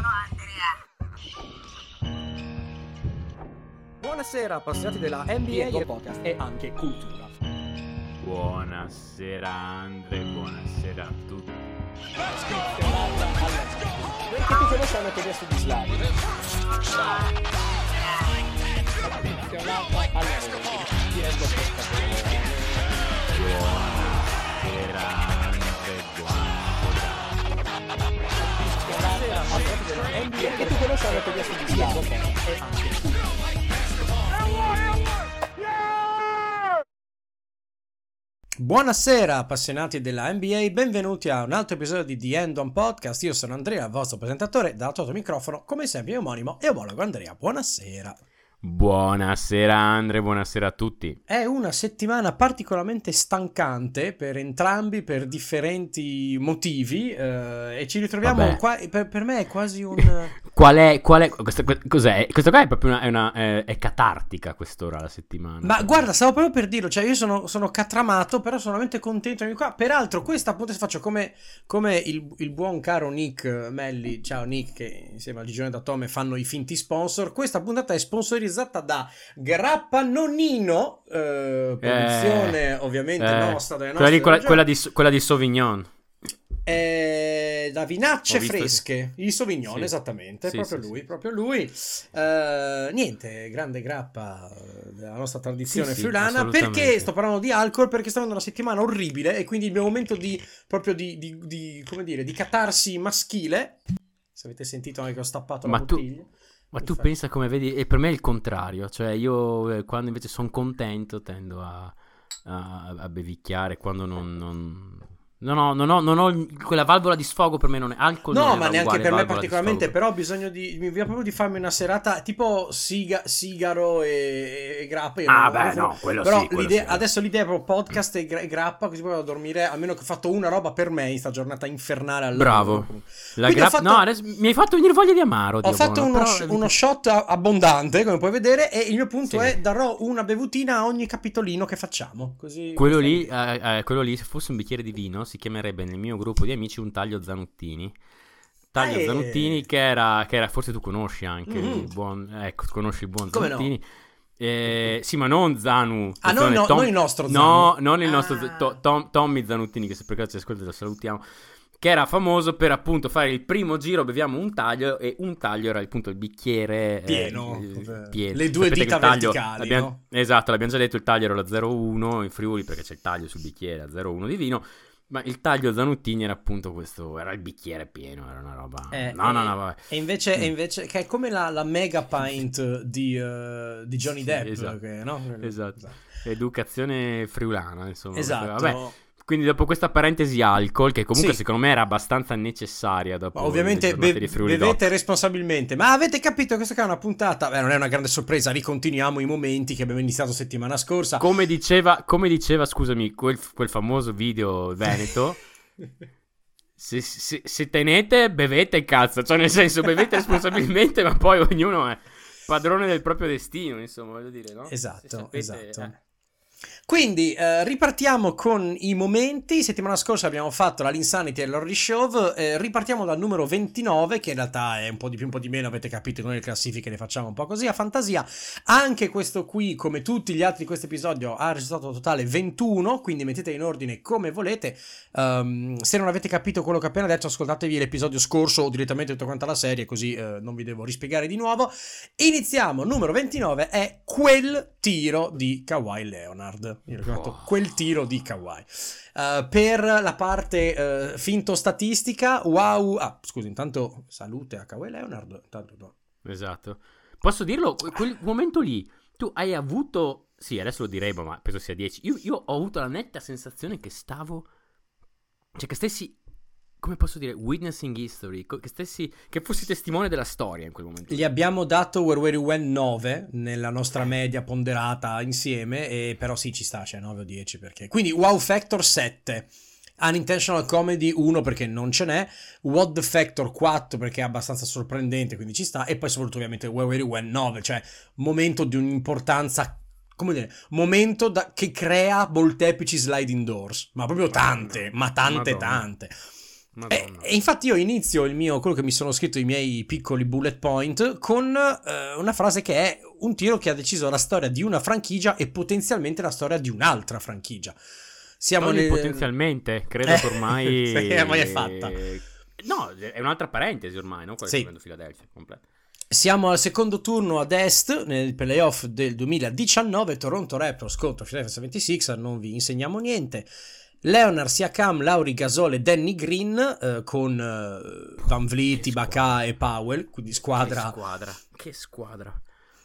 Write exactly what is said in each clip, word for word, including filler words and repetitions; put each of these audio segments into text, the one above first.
sono Andrea. Buonasera appassionati della N B A Diego e podcast e anche cultura. Buonasera Andre, buonasera a tutti. Perché tu conosci la teoria su Islamo? Affezionata alle reti. Diego Buonasera Andre, buonasera. Buonasera appassionati della N B A Perché tu conosci la teoria su Islamo? e anche cultura. Buonasera appassionati della N B A, benvenuti a un altro episodio di The End On Podcast. Io sono Andrea, il vostro presentatore, dall'altro microfono, come sempre omonimo e omologo Andrea. Buonasera. Buonasera Andre, buonasera a tutti. È una settimana particolarmente stancante per entrambi, per differenti motivi, eh, e ci ritroviamo Vabbè. qua, per, per me è quasi un... Qual è, qual è, questa, cos'è? Questa qua è proprio una, è una, è, è catartica quest'ora la settimana. Ma guarda, stavo proprio per dirlo, cioè io sono, sono catramato, però sono veramente contento di qua. Peraltro questa appunto si faccio come, come il, il buon caro Nick Melli, ciao Nick, che insieme a Gigione da Tome fanno i finti sponsor. Questa puntata è sponsorizzata da Grappa Nonnino, eh, produzione Eh, ovviamente eh, nostra, delle quella, nostre di, quella, regioni. quella, di, quella di Sauvignon. Eh, da vinacce Ho visto- fresche, il Sauvignon, Sì. esattamente, Sì, proprio sì, lui, sì. proprio lui. Eh, niente, grande grappa eh, della nostra tradizione Sì, sì, friulana. assolutamente. Perché sto parlando di alcol? Perché sta avendo una settimana orribile e quindi il mio momento di proprio di, di, di come dire, di catarsi maschile. Se avete sentito anche che ho stappato Ma la tu- bottiglia. Ma tu Infatti. pensa come vedi, e per me è il contrario, cioè io eh, quando invece sono contento tendo a, a, a bevicchiare, quando non, non, non ho, non ho, non ho il- quella valvola di sfogo per me non è alcol, non No, è ma la neanche uguale per me valvola di particolarmente, sfogo. però ho bisogno di, mi viene proprio di farmi una serata tipo siga, sigaro e, e grappa. Io Ah, non- beh, non- no, quello però sì, quello l'idea- sì. adesso l'idea è proprio podcast e, gra- e grappa, così poi vado a dormire, almeno che ho fatto una roba per me in sta giornata infernale al Bravo. lavoro. La Quindi ho grappa, fatto- no, adesso mi hai fatto venire voglia di amaro, Ho Dio fatto buono, uno, però- sh- uno shot a- abbondante, come puoi vedere, e il mio punto Sì. è darò una bevutina a ogni capitolino che facciamo. Così Quello questa è lì, l'idea. eh, eh, quello lì, se fosse un bicchiere di vino, si chiamerebbe nel mio gruppo di amici un taglio Zanuttini. Taglio Eh. Zanuttini che era, che era, forse tu conosci anche Mhm. il buon, ecco, conosci il buon Come no? Zanuttini. Eh, sì, ma non Zanu. Ah, non- no- Tom- non il nostro No, Zanu. non il nostro Ah. To- Tom- Tommy Zanuttini, che se per caso ci ascolta lo salutiamo. Che era famoso per appunto fare il primo giro, beviamo un taglio, e un taglio era appunto il bicchiere eh, Pieno. eh, pieno. Le due Sapete che dita il taglio- verticali, l'abbiamo- no? Esatto, l'abbiamo già detto, il taglio era lo zero virgola uno in Friuli perché c'è il taglio sul bicchiere a zero virgola uno di vino, ma il taglio Zanuttini era appunto questo, era il bicchiere pieno, era una roba... Eh, no, no, e- no, vabbè. E invece, Mm. e invece che è come la, la mega pint di, eh, di Johnny Sì, Depp, esatto. che, no? Esatto. Educazione friulana, insomma. Esatto. Vabbè, quindi dopo questa parentesi alcol, che comunque Sì. secondo me era abbastanza necessaria dopo Ma ovviamente le giornate be- di Friuli bevete Doc. responsabilmente. Ma avete capito che questa qua è una puntata? Beh, non è una grande sorpresa, ricontinuiamo i momenti che abbiamo iniziato settimana scorsa. Come diceva, come diceva, scusami, quel, quel famoso video veneto, se, se- se tenete, bevete cazzo, cioè nel senso bevete responsabilmente, ma poi ognuno è padrone del proprio destino, insomma, voglio dire, no? Se Esatto, sapete, esatto. eh. Quindi eh, ripartiamo con i momenti. Settimana scorsa abbiamo fatto la Linsanity e l'Horry Show. Eh, ripartiamo dal numero ventinove, che in realtà è un po' di più, un po' di meno. Avete capito, noi le classifiche le facciamo un po' così a fantasia. Anche questo qui, come tutti gli altri di questo episodio, ha risultato totale ventuno. Quindi mettete in ordine come volete. Um, se non avete capito quello che ho appena detto, ascoltatevi l'episodio scorso o direttamente tutta quanta la serie, così eh, non vi devo rispiegare di nuovo. Iniziamo. Numero ventinove è quel tiro di Kawhi Leonard. Io l'ho chiamato Oh. quel tiro di Kawhi. Uh, per la parte uh, finto statistica, wow. Ah, scusi, intanto salute a Kawhi Leonard. Intanto, no. Esatto. Posso dirlo? Que- Quel momento lì, tu hai avuto... Sì, adesso lo diremo, ma penso sia dieci. Io, io ho avuto la netta sensazione che stavo... Cioè, che stessi... Come posso dire? Witnessing history. co- Che stessi... Che fossi testimone della storia in quel momento. Gli abbiamo dato Where Were You When nove nella nostra media ponderata insieme, e però sì, ci sta, c'è nove o dieci perché. Quindi Wow Factor sette, Unintentional Comedy uno perché non ce n'è, What the Factor quattro perché è abbastanza sorprendente, quindi ci sta, e poi soprattutto ovviamente Where Were You When nove, cioè momento di un'importanza, come dire, momento da, che crea molteplici sliding doors, ma proprio tante, ma tante Madonna. tante. Madonna. E, e infatti io inizio il mio, quello che mi sono scritto, i miei piccoli bullet point, con eh, una frase che è un tiro che ha deciso la storia di una franchigia e potenzialmente la storia di un'altra franchigia. Siamo Togli nel... potenzialmente, credo che ormai... sì, ormai è fatta. No, è un'altra parentesi ormai, no? Quella Sì. che Philadelphia, completa. Siamo al secondo turno ad est, nel playoff del duemiladiciannove, Toronto Raptors contro Philadelphia settantasei ers, non vi insegniamo niente. Leonard, Siakam, Lauri, Gasol e Danny Green, eh, con eh, Van Vliet, Ibaka e Powell, quindi squadra... Che squadra, che squadra.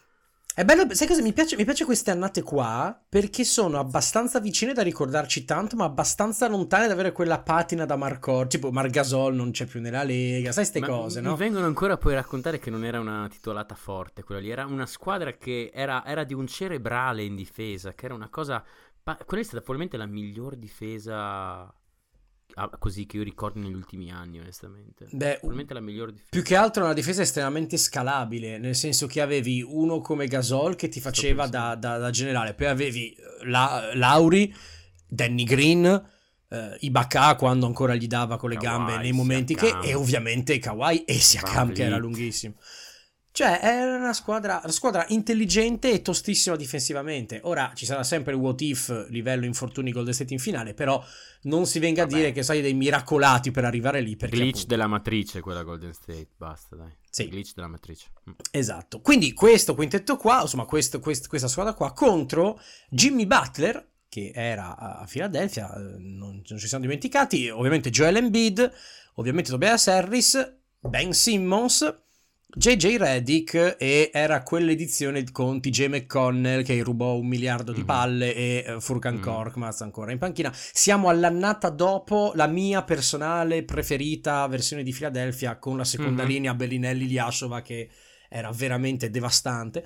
È bello, sai cosa mi piace? Mi piace queste annate qua, perché sono abbastanza vicine da ricordarci tanto, ma abbastanza lontane da avere quella patina da Marcor, tipo Margasol non c'è più nella Lega, sai ste Ma cose, mi no? vengono ancora poi raccontare che non era una titolata forte quella lì, era una squadra che era, era di un cerebrale in difesa, che era una cosa... Pa- quella è stata probabilmente la miglior difesa... Ah, così che io ricordo negli ultimi anni, onestamente. Beh, probabilmente la miglior difesa. più che altro una difesa estremamente scalabile, nel senso che avevi uno come Gasol che ti faceva da, da, da generale, poi avevi la, Lauri, Danny Green, eh, Ibaka quando ancora gli dava con le Kawhi, gambe nei momenti Siakam. che, e ovviamente Kawhi e Siakam che era lunghissimo. Cioè era una squadra, una squadra intelligente e tostissima difensivamente. Ora ci sarà sempre il what if livello infortuni Golden State in finale, però non si venga Vabbè. a dire che sai dei miracolati per arrivare lì, perché Glitch appunto... della matrice quella Golden State, basta dai. Sì. Glitch della matrice. Mm. Esatto. Quindi questo quintetto qua, insomma questo, quest, questa squadra qua contro Jimmy Butler, che era a Philadelphia, non, non ci siamo dimenticati, ovviamente Joel Embiid, ovviamente Tobias Harris, Ben Simmons, J J Redick, e era quell'edizione con T J McConnell che rubò un miliardo di palle mm-hmm. e uh, Furkan mm-hmm. Korkmaz ancora in panchina. Siamo all'annata dopo la mia personale preferita versione di Philadelphia, con la seconda mm-hmm. linea Bellinelli-Liashova che era veramente devastante.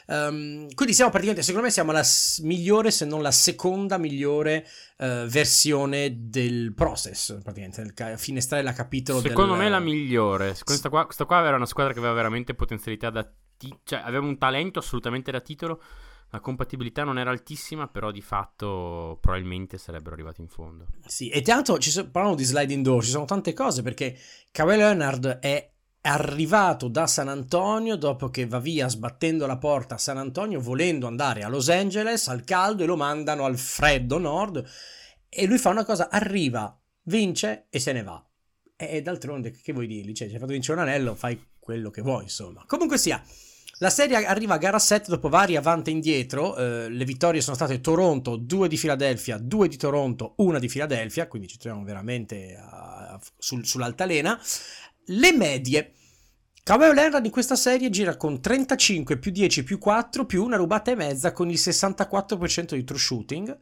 Um, quindi siamo praticamente, secondo me siamo la s- migliore, se non la seconda migliore uh, versione del process, praticamente del ca- finestrella capitolo. Secondo del... me la migliore. Questa qua, questa qua era una squadra che aveva veramente potenzialità da ti- cioè aveva un talento assolutamente da titolo. La compatibilità non era altissima, però di fatto probabilmente sarebbero arrivati in fondo. Sì, e tanto ci so- parlando di sliding door, ci sono tante cose, perché Kawhi Leonard è arrivato da San Antonio dopo che va via sbattendo la porta a San Antonio, volendo andare a Los Angeles al caldo, e lo mandano al freddo nord, e lui fa una cosa, arriva, vince e se ne va. E d'altronde che vuoi dirgli? Cioè, ci hai fatto vincere un anello, fai quello che vuoi, insomma. Comunque sia, la serie arriva a gara sette dopo vari avanti e indietro. eh, le vittorie sono state Toronto, due di Philadelphia, due di Toronto, una di Philadelphia, quindi ci troviamo veramente a, a, sul, sull'altalena. Le medie. Kawhi Leonard in questa serie gira con trentacinque più dieci più quattro più una rubata e mezza, con il sessantaquattro per cento di true shooting.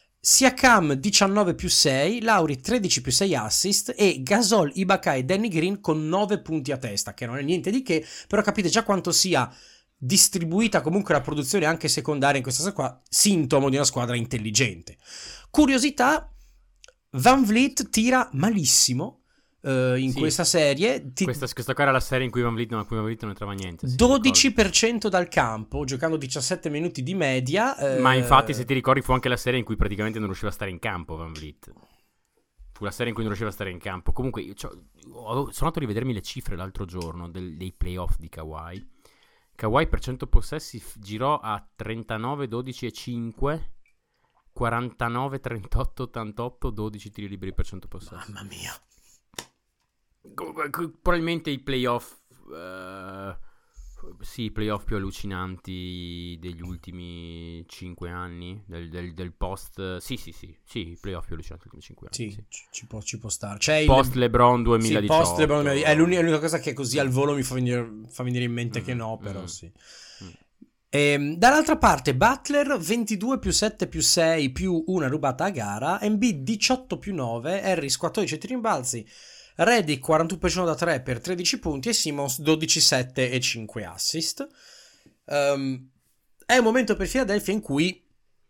Siakam diciannove più sei, Lauri tredici più sei assist, e Gasol, Ibaka e Danny Green con nove punti a testa, che non è niente di che, però capite già quanto sia distribuita comunque la produzione anche secondaria in questa squadra qua, sintomo di una squadra intelligente. Curiosità, Van Vliet tira malissimo uh, in Sì. questa serie. Ti... Questa, questa qua era la serie in cui Van Vliet non, cui Van Vliet non entrava niente. Sì, dodici per cento dal campo, giocando diciassette minuti di media. eh, Ma infatti, se ti ricordi, fu anche la serie in cui praticamente non riusciva a stare in campo Van Vliet. Fu la serie in cui non riusciva a stare in campo. Comunque, io c'ho- ho- sono andato a rivedermi le cifre l'altro giorno del- dei playoff di Kawhi. Kawhi per cento possessi f- girò a trentanove, dodici e cinque, quarantanove, trentotto, ottantotto, dodici tiri liberi per cento possessi. Mamma mia. Comunque, co- probabilmente i playoff, eh, sì, i playoff più allucinanti degli ultimi cinque anni, del, del- del post, sì, sì, sì, sì, i playoff più allucinanti degli ultimi cinque anni. Sì, Sì. ci- ci può, ci può stare. C'è il Post LeBron sì, duemiladiciotto. post LeBron duemiladiciotto. È l'unica, l'unica cosa che così al volo mi fa venire, fa venire in mente Mm, che no, però mm, sì. mm. Ehm, dall'altra parte Butler ventidue più sette più sei più una rubata a gara, Embiid diciotto più nove, Harris quattordici tiri rimbalzi, Redick quarantuno per cento da tre per tredici punti e Simmons dodici sette e cinque assist. Ehm, è un momento per Philadelphia in cui,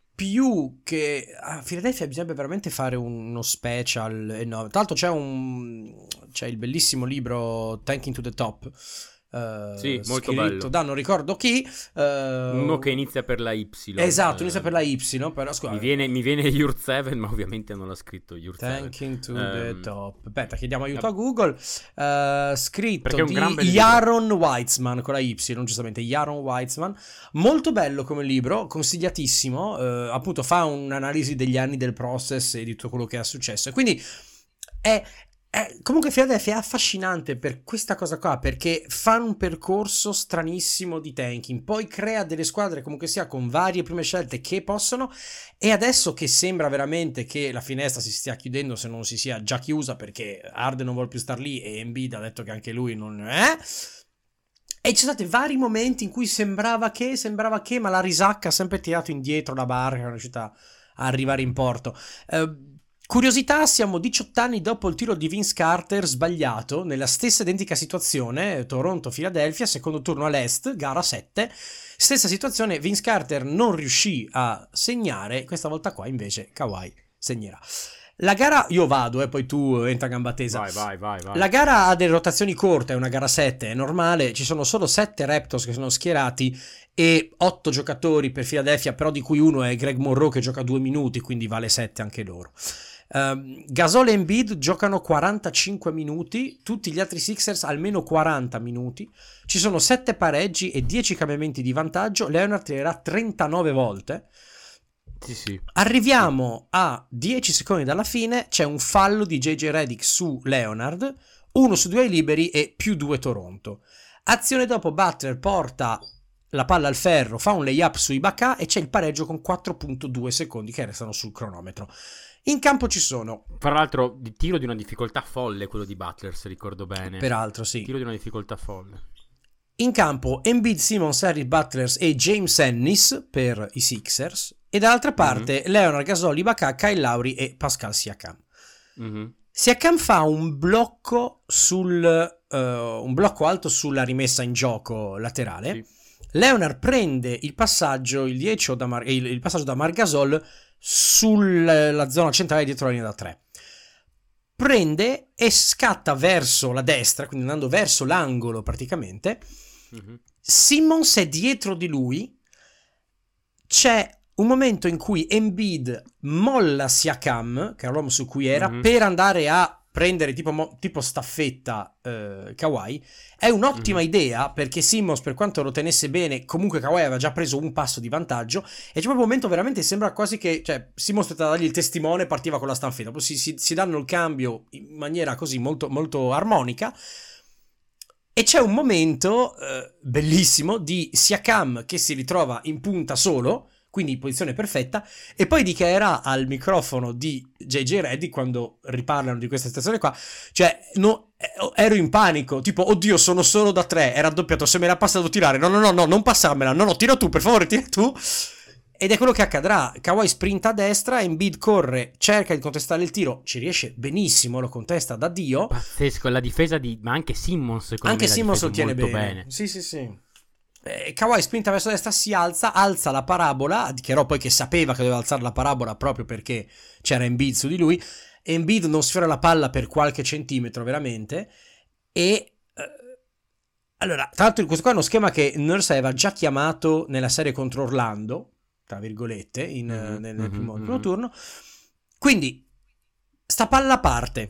più che a Philadelphia bisognerebbe veramente fare uno special. eh no, tra l'altro c'è un c'è il bellissimo libro Tanking to the Top Uh, sì, molto scritto bello. da non ricordo chi, uh, uno che inizia per la Y. Esatto, eh, inizia per la Y, però scusa, mi viene, mi viene Yurt seven, ma ovviamente non l'ha scritto Yurt seven. Tanking to um, the top. Aspetta, chiediamo aiuto a Google. Uh, scritto di Jaron Weitzman con la Y, giustamente Jaron Weitzman. Molto bello come libro, consigliatissimo. Uh, appunto fa un'analisi degli anni del process e di tutto quello che è successo. E quindi è Eh, comunque Philadelphia è affascinante per questa cosa qua, perché fa un percorso stranissimo di tanking, poi crea delle squadre comunque sia con varie prime scelte che possono, e adesso che sembra veramente che la finestra si stia chiudendo, se non si sia già chiusa, perché Harden non vuole più star lì e Embiid ha detto che anche lui non è, e ci sono stati vari momenti in cui sembrava che, sembrava che, ma la risacca ha sempre tirato indietro la barca, è riuscita a arrivare in porto. eh, Curiosità, siamo diciotto anni dopo il tiro di Vince Carter sbagliato, nella stessa identica situazione, Toronto-Philadelphia, secondo turno all'est, gara sette, stessa situazione, Vince Carter non riuscì a segnare, questa volta qua invece Kawhi segnerà. La gara, io vado e eh, poi tu entra a gamba tesa. Vai, vai, vai, vai. La gara ha delle rotazioni corte, è una gara sette, è normale, ci sono solo sette Raptors che sono schierati e otto giocatori per Philadelphia, però di cui uno è Greg Monroe che gioca due minuti, quindi vale sette anche loro. Um, Gasol e Embiid giocano quarantacinque minuti, tutti gli altri Sixers almeno quaranta minuti, ci sono sette pareggi e dieci cambiamenti di vantaggio, Leonard tirerà trentanove volte. Sì, sì. Arriviamo a dieci secondi dalla fine, c'è un fallo di J J Redick su Leonard, uno su due ai liberi e più due Toronto. Azione dopo, Butler porta la palla al ferro, fa un layup su Ibaka e c'è il pareggio con quattro virgola due secondi che restano sul cronometro. In campo ci sono, fra l'altro, di tiro di una difficoltà folle quello di Butler, se ricordo bene. Peraltro sì. Tiro di una difficoltà folle. In campo Embiid, Simmons, Harris, Butler e James Ennis per i Sixers, e dall'altra parte mm-hmm. Leonard, Gasol, Ibaka, Kyle Lowry e Pascal Siakam. Mm-hmm. Siakam fa un blocco sul uh, un blocco alto sulla rimessa in gioco laterale. Sì. Leonard prende il passaggio il dieci da Mar- il, il passaggio da Margasol sulla zona centrale dietro la linea da tre. Prende e scatta verso la destra, quindi andando verso l'angolo praticamente. Mm-hmm. Simmons è dietro di lui. C'è un momento in cui Embiid molla Siakam, che era l'uomo su cui era, mm-hmm. per andare a prendere tipo, tipo staffetta eh, Kawhi. È un'ottima mm-hmm. idea, perché Simmons, per quanto lo tenesse bene, comunque Kawhi aveva già preso un passo di vantaggio, e c'è proprio un momento veramente sembra quasi che, cioè, Simmons poteva dargli il testimone e partiva con la staffetta, poi si, si, si danno il cambio in maniera così molto, molto armonica, e c'è un momento eh, bellissimo di Siakam che si ritrova in punta solo, quindi in posizione perfetta, e poi dichiarerà al microfono di J J Redick quando riparlano di questa situazione qua, cioè no, ero in panico, tipo oddio sono solo da tre, era doppiato, se me l'ha passato tirare, no no no no non passarmela, no no tira tu per favore, tira tu, ed è quello che accadrà. Kawhi sprinta a destra, Embiid corre, cerca di contestare il tiro, ci riesce benissimo, lo contesta da Dio, pazzesco, la difesa di, ma anche Simmons anche Simmons lo tiene bene. bene sì sì sì Eh, Kawhi spinta verso destra, si alza, alza la parabola, dichiarò poi che sapeva che doveva alzare la parabola proprio perché c'era Embiid su di lui. Embiid non sfiora la palla per qualche centimetro veramente, e eh, allora, tra l'altro questo qua è uno schema che Nurse aveva già chiamato nella serie contro Orlando, tra virgolette, in, mm-hmm, nel, nel primo, mm-hmm. primo turno. Quindi sta palla parte,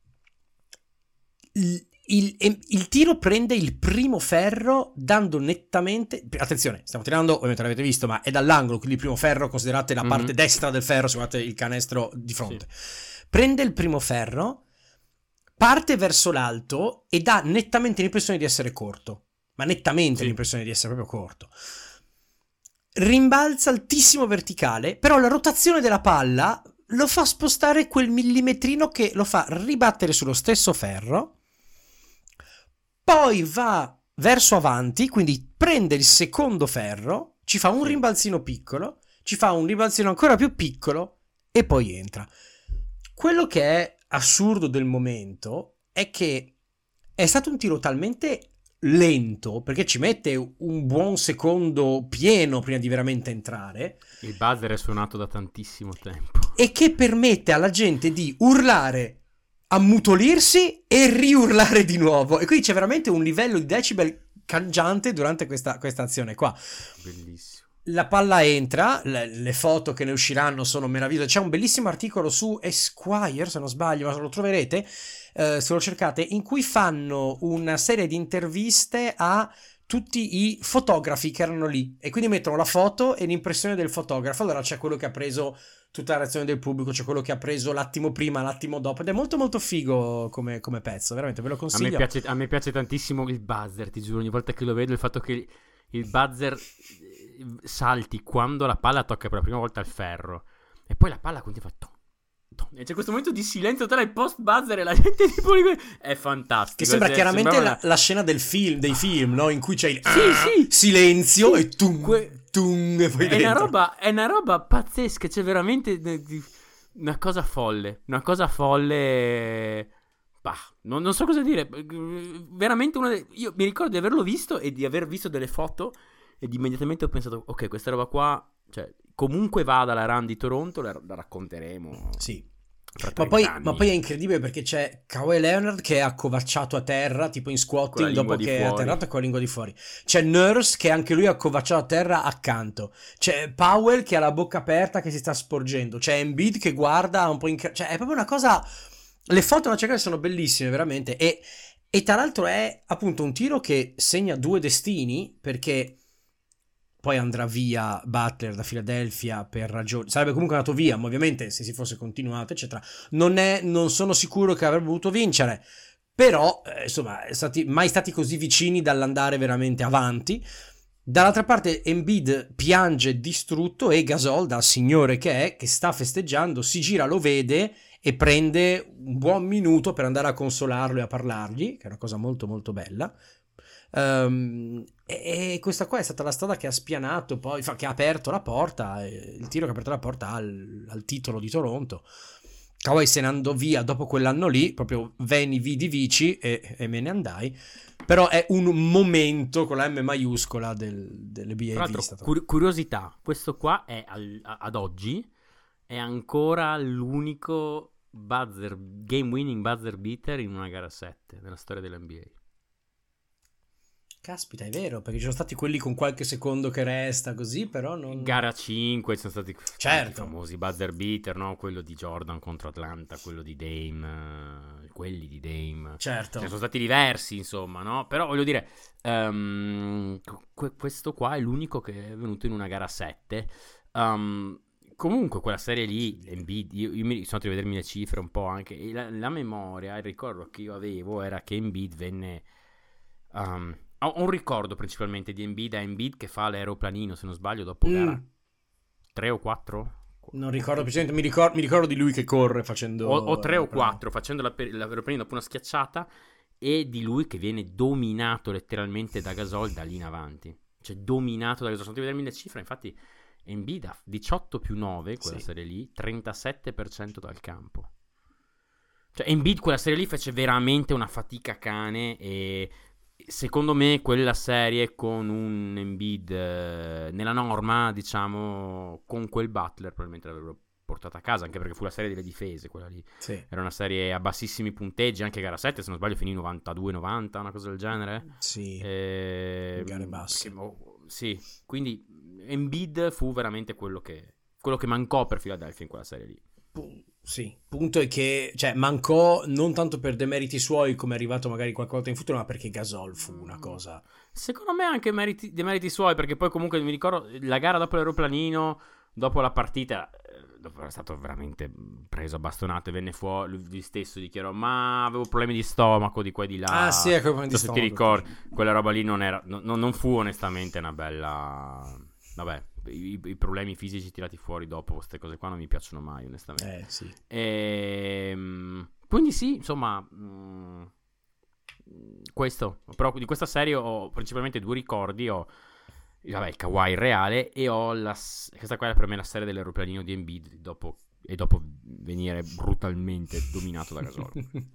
il Il, il tiro prende il primo ferro dando nettamente, attenzione, stiamo tirando, ovviamente l'avete visto, ma è dall'angolo, quindi il primo ferro, considerate la parte mm-hmm. destra del ferro, se guardate il canestro di fronte, sì. Prende il primo ferro, parte verso l'alto e dà nettamente l'impressione di essere corto, ma nettamente sì. l'impressione di essere proprio corto, rimbalza altissimo verticale, però la rotazione della palla lo fa spostare quel millimetrino che lo fa ribattere sullo stesso ferro. Poi va verso avanti, quindi prende il secondo ferro, ci fa un sì. rimbalzino piccolo, ci fa un rimbalzino ancora più piccolo e poi entra. Quello che è assurdo del momento è che è stato un tiro talmente lento, perché ci mette un buon secondo pieno prima di veramente entrare. Il buzzer è suonato da tantissimo tempo. E che permette alla gente di urlare ammutolirsi e riurlare di nuovo. E quindi c'è veramente un livello di decibel cangiante durante questa, questa azione qua. Bellissimo. La palla entra, le, le foto che ne usciranno sono meravigliose. C'è un bellissimo articolo su Esquire, se non sbaglio, ma lo troverete, eh, se lo cercate, in cui fanno una serie di interviste a tutti i fotografi che erano lì e quindi mettono la foto e l'impressione del fotografo. Allora c'è quello che ha preso tutta la reazione del pubblico, c'è quello che ha preso l'attimo prima, l'attimo dopo, ed è molto molto figo come, come pezzo, veramente ve lo A consiglio. me, piace, a me piace tantissimo il buzzer, ti giuro, ogni volta che lo vedo, il fatto che il buzzer salti quando la palla tocca per la prima volta il ferro e poi la palla continua a fare tom, tom, e c'è questo momento di silenzio tra il post buzzer e la gente tipo lì, è fantastico, che sembra cioè, chiaramente sembrava la, la scena del film dei film, no? In cui c'è il Sì, ah, sì. silenzio Sì. e tum, Que- tum, e poi è una dentro. roba è una roba pazzesca, c'è veramente una cosa folle, una cosa folle. Bah, non, non so cosa dire, veramente una de- io mi ricordo di averlo visto e di aver visto delle foto ed immediatamente ho pensato, ok, questa roba qua, cioè, comunque vada la run di Toronto, la, la racconteremo. Sì. Fra Ma poi, trenta ma anni. poi è incredibile perché c'è Kawhi Leonard che è accovacciato a terra, tipo in Con squatting, la dopo lingua di che è fuori. atterrato con la lingua di fuori. C'è Nurse che anche lui è accovacciato a terra accanto. C'è Powell che ha la bocca aperta che si sta sporgendo. C'è Embiid che guarda un po' in... Cioè, è proprio una cosa... Le foto da cercare sono bellissime, veramente. E, e tra l'altro è appunto un tiro che segna due destini, perché... Poi andrà via Butler da Philadelphia per ragioni... Sarebbe comunque andato via, ma ovviamente se si fosse continuato, eccetera. Non, è, non sono sicuro che avrebbe voluto vincere. Però, eh, insomma, è stati, mai stati così vicini dall'andare veramente avanti. Dall'altra parte Embiid piange distrutto e Gasol, da signore che è, che sta festeggiando, si gira, lo vede e prende un buon minuto per andare a consolarlo e a parlargli, che è una cosa molto molto bella. Um, e, e questa qua è stata la strada che ha spianato poi, fa, che ha aperto la porta, eh, il tiro che ha aperto la porta al, al titolo di Toronto. Kawhi se ne andò via dopo quell'anno lì, proprio veni vidi vici e, e me ne andai, però è un momento con la M maiuscola del, delle B A. Tra l'altro, cur- curiosità, questo qua è al- ad oggi è ancora l'unico buzzer, game winning buzzer beater in una gara sette nella storia dell'N B A. Caspita, è vero, perché ci sono stati quelli con qualche secondo che resta così, però non... In gara cinque sono stati Certo. i famosi buzzer beater, no? Quello di Jordan contro Atlanta, quello di Dame, eh, quelli di Dame. Certo. Cioè, sono stati diversi, insomma, no? Però voglio dire, um, que- questo qua è l'unico che è venuto in una gara sette. Um, comunque quella serie lì, Embiid, io, io mi sono andato a vedermi le cifre un po' anche, e la, la memoria, il ricordo che io avevo era che Embiid venne... Um, ho un ricordo principalmente di Embiid a Embiid che fa l'aeroplanino, se non sbaglio, dopo Mm. gara tre o quattro? Non ricordo precisamente, mi ricordo, mi ricordo di lui che corre facendo... O, o tre o eh, quattro, facendo la, l'aeroplanino dopo una schiacciata, e di lui che viene dominato letteralmente da Gasol da lì in avanti. Cioè dominato da Gasol. Sono andato a vedermi le cifre, infatti Embiid ha diciotto più nove, quella Sì. serie lì, trentasette per cento dal campo. Cioè Embiid quella serie lì fece veramente una fatica cane, e secondo me quella serie con un Embiid eh, nella norma, diciamo, con quel Butler probabilmente l'avrebbero portata a casa, anche perché fu la serie delle difese quella lì. Sì. Era una serie a bassissimi punteggi, anche gara sette se non sbaglio finì novantadue novanta, una cosa del genere. Sì. E... Gare basse. perché, oh, sì, quindi Embiid fu veramente quello che, quello che mancò per Philadelphia in quella serie lì. Sì, punto è che, cioè, mancò non tanto per demeriti suoi come è arrivato magari qualche volta in futuro, ma perché Gasol fu una cosa... Secondo me anche meriti, dei meriti suoi, perché poi comunque mi ricordo la gara dopo l'aeroplanino, dopo la partita, eh, dopo era stato veramente preso a bastonate, venne fuori, lui stesso dichiarò, ma avevo problemi di stomaco di qua e di là. Ah sì, ecco, Non so se ti ricordi, quella roba lì non era, no, non fu onestamente una bella... Vabbè, i, i problemi fisici tirati fuori dopo, queste cose qua non mi piacciono mai, onestamente. Eh, sì. E, quindi sì, insomma, mh, questo, però di questa serie ho principalmente due ricordi. Ho vabbè, il Kawhi reale, e ho la, questa qua è per me la serie dell'aeroplanino di Embiid dopo, e dopo venire brutalmente dominato da Gasol.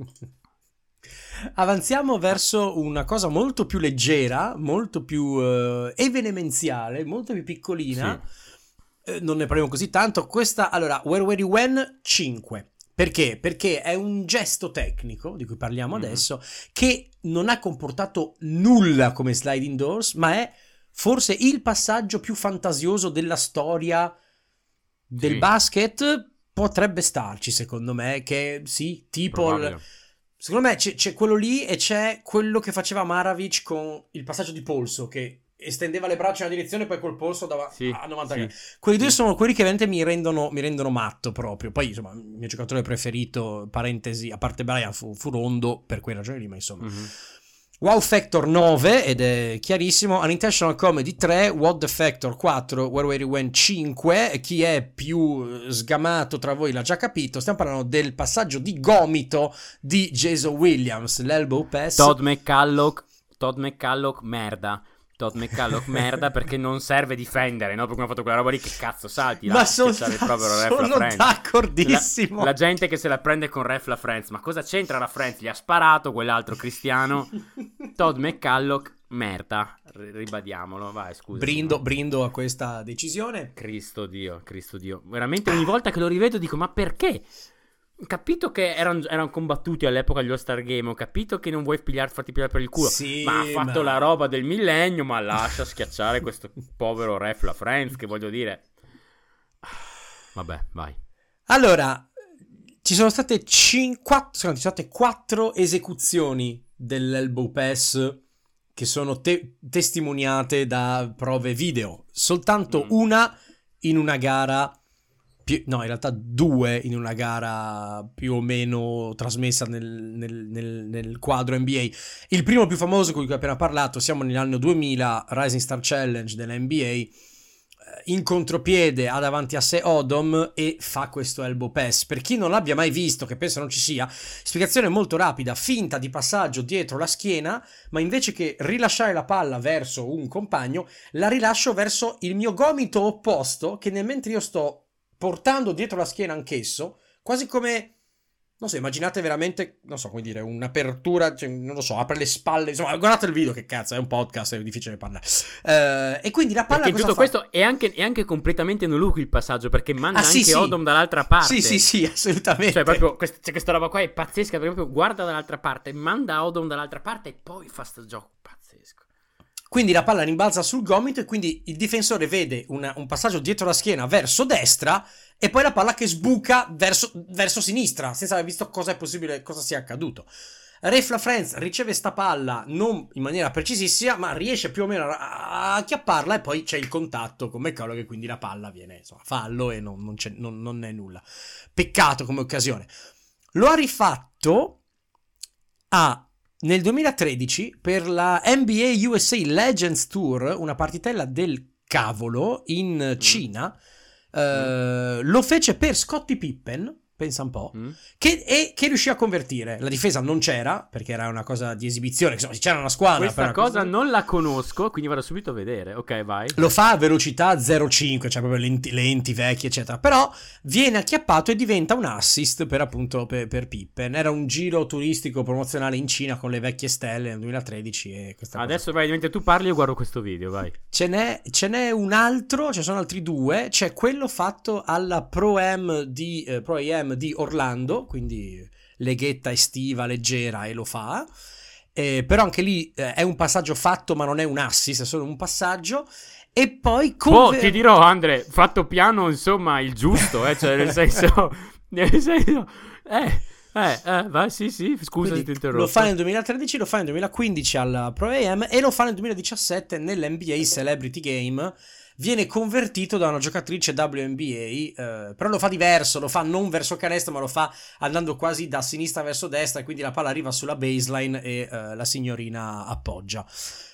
Avanziamo verso una cosa molto più leggera, molto più eh, evenemenziale, molto più piccolina. Sì. Eh, non ne parliamo così tanto. Questa, allora, Where Were You When cinque. Perché? Perché è un gesto tecnico, di cui parliamo Mhm. adesso, che non ha comportato nulla come sliding doors, ma è forse il passaggio più fantasioso della storia del Sì. basket. Potrebbe starci, secondo me, che sì, tipo... il- Probabile. secondo me c'è, c'è quello lì e c'è quello che faceva Maravic con il passaggio di polso, che estendeva le braccia in una direzione e poi col polso dava Sì, a novanta sì, gradi. Quelli due sì. sono quelli che veramente mi rendono, mi rendono matto proprio. Poi, insomma, il mio giocatore preferito, parentesi, a parte Brian, fu, fu Rondo, per quelle ragioni lì, ma insomma. Mhm. Wow Factor nove, ed è chiarissimo. Unintentional Comedy tre, What the Factor quattro, Where Were You When cinque. Chi è più sgamato tra voi l'ha già capito. Stiamo parlando del passaggio di gomito di Jason Williams, l'elbow pass. Todd McCulloch, Todd McCulloch, merda. Todd McCulloch, merda, perché non serve difendere, no? Perché mi ha fatto quella roba lì, che cazzo salti là, Ma sono, schiacciare proprio la ref la sono Friends. d'accordissimo. La, la gente che se la prende con ref la Friends, ma cosa c'entra la Friends? Gli ha sparato quell'altro Cristiano. Todd McCulloch, merda, R- ribadiamolo, vai, scusa. Brindo, brindo a questa decisione. Cristo Dio, Cristo Dio. Veramente ogni volta che lo rivedo dico, ma perché? Ho capito che erano eran combattuti all'epoca agli All-Star Game, ho capito che non vuoi pigliar, farti pigliare per il culo, Sì, ma ha fatto ma- la roba del millennio, ma lascia schiacciare questo povero ref la Friends, che voglio dire... Vabbè, vai. Allora, ci sono state cinque, ci sono state quattro esecuzioni dell'elbow pass che sono te- testimoniate da prove video. Soltanto Mm. una in una gara, più, no, in realtà due in una gara più o meno trasmessa nel, nel- nel- nel quadro N B A. Il primo più famoso, con cui ho appena parlato, siamo nell'anno duemila, Rising Star Challenge della N B A. In contropiede ha davanti a sé Odom e fa questo elbow pass. Per chi non l'abbia mai visto, che penso non ci sia, spiegazione molto rapida: finta di passaggio dietro la schiena, ma invece che rilasciare la palla verso un compagno, la rilascio verso il mio gomito opposto, che nel mentre io sto portando dietro la schiena anch'esso, quasi come... non so, immaginate veramente, non so come dire, un'apertura, cioè, non lo so, apre le spalle, insomma, guardate il video, che cazzo, è un podcast, è difficile parlare. Eh, e quindi la palla Perché cosa tutto fa? questo è anche, è anche completamente no look il passaggio, perché manda Ah, sì, anche sì. Odom dall'altra parte. Sì, sì, sì, assolutamente. Cioè, proprio, quest- cioè, questa roba qua è pazzesca, perché proprio guarda dall'altra parte, manda Odom dall'altra parte e poi fa sto gioco pazzesco. Quindi la palla rimbalza sul gomito e quindi il difensore vede una- un passaggio dietro la schiena verso destra e poi la palla che sbuca verso, verso sinistra, senza aver visto cosa è possibile, cosa sia accaduto. Ref la Friends riceve sta palla non in maniera precisissima, ma riesce più o meno a, a acchiapparla, e poi c'è il contatto con McCulloch e quindi la palla viene, insomma, fallo e non, non, c'è, non, non è nulla. Peccato come occasione. Lo ha rifatto a... nel duemilatredici per la N B A U S A Legends Tour, una partitella del cavolo in Cina. Eh, lo fece per Scottie Pippen, pensa un po', Mm? che, e che riuscì a convertire. La difesa non c'era, perché era una cosa di esibizione, insomma, c'era una squadra. Questa per una cosa non la conosco, quindi vado subito a vedere. Ok, vai. Lo fa a velocità zero virgola cinque, cioè proprio lenti, lenti vecchi, eccetera. Però viene acchiappato e diventa un assist per appunto per, per Pippen. Era un giro turistico promozionale in Cina con le vecchie stelle nel duemilatredici. E questa cosa. Adesso vai, mentre tu parli io guardo questo video, vai. Ce n'è, ce n'è un altro, ce ne sono altri due. C'è quello fatto alla Pro Am di, eh, Pro A M di Orlando, quindi leghetta estiva leggera, e lo fa. Eh, però anche lì eh, è un passaggio fatto, ma non è un assist, è solo un passaggio. E poi Oh, conver- ti dirò, Andre, fatto piano, insomma, il giusto, eh, cioè nel senso, nel senso, eh, eh, eh, vai, sì, sì, scusa se Quindi ti interrompo. lo fa nel duemilatredici, lo fa nel duemilaquindici alla Pro A M e lo fa nel duemiladiciassette nell'N B A Celebrity Game. Viene convertito da una giocatrice W N B A, eh, però lo fa diverso, lo fa non verso canestro, ma lo fa andando quasi da sinistra verso destra, e quindi la palla arriva sulla baseline e eh, la signorina appoggia.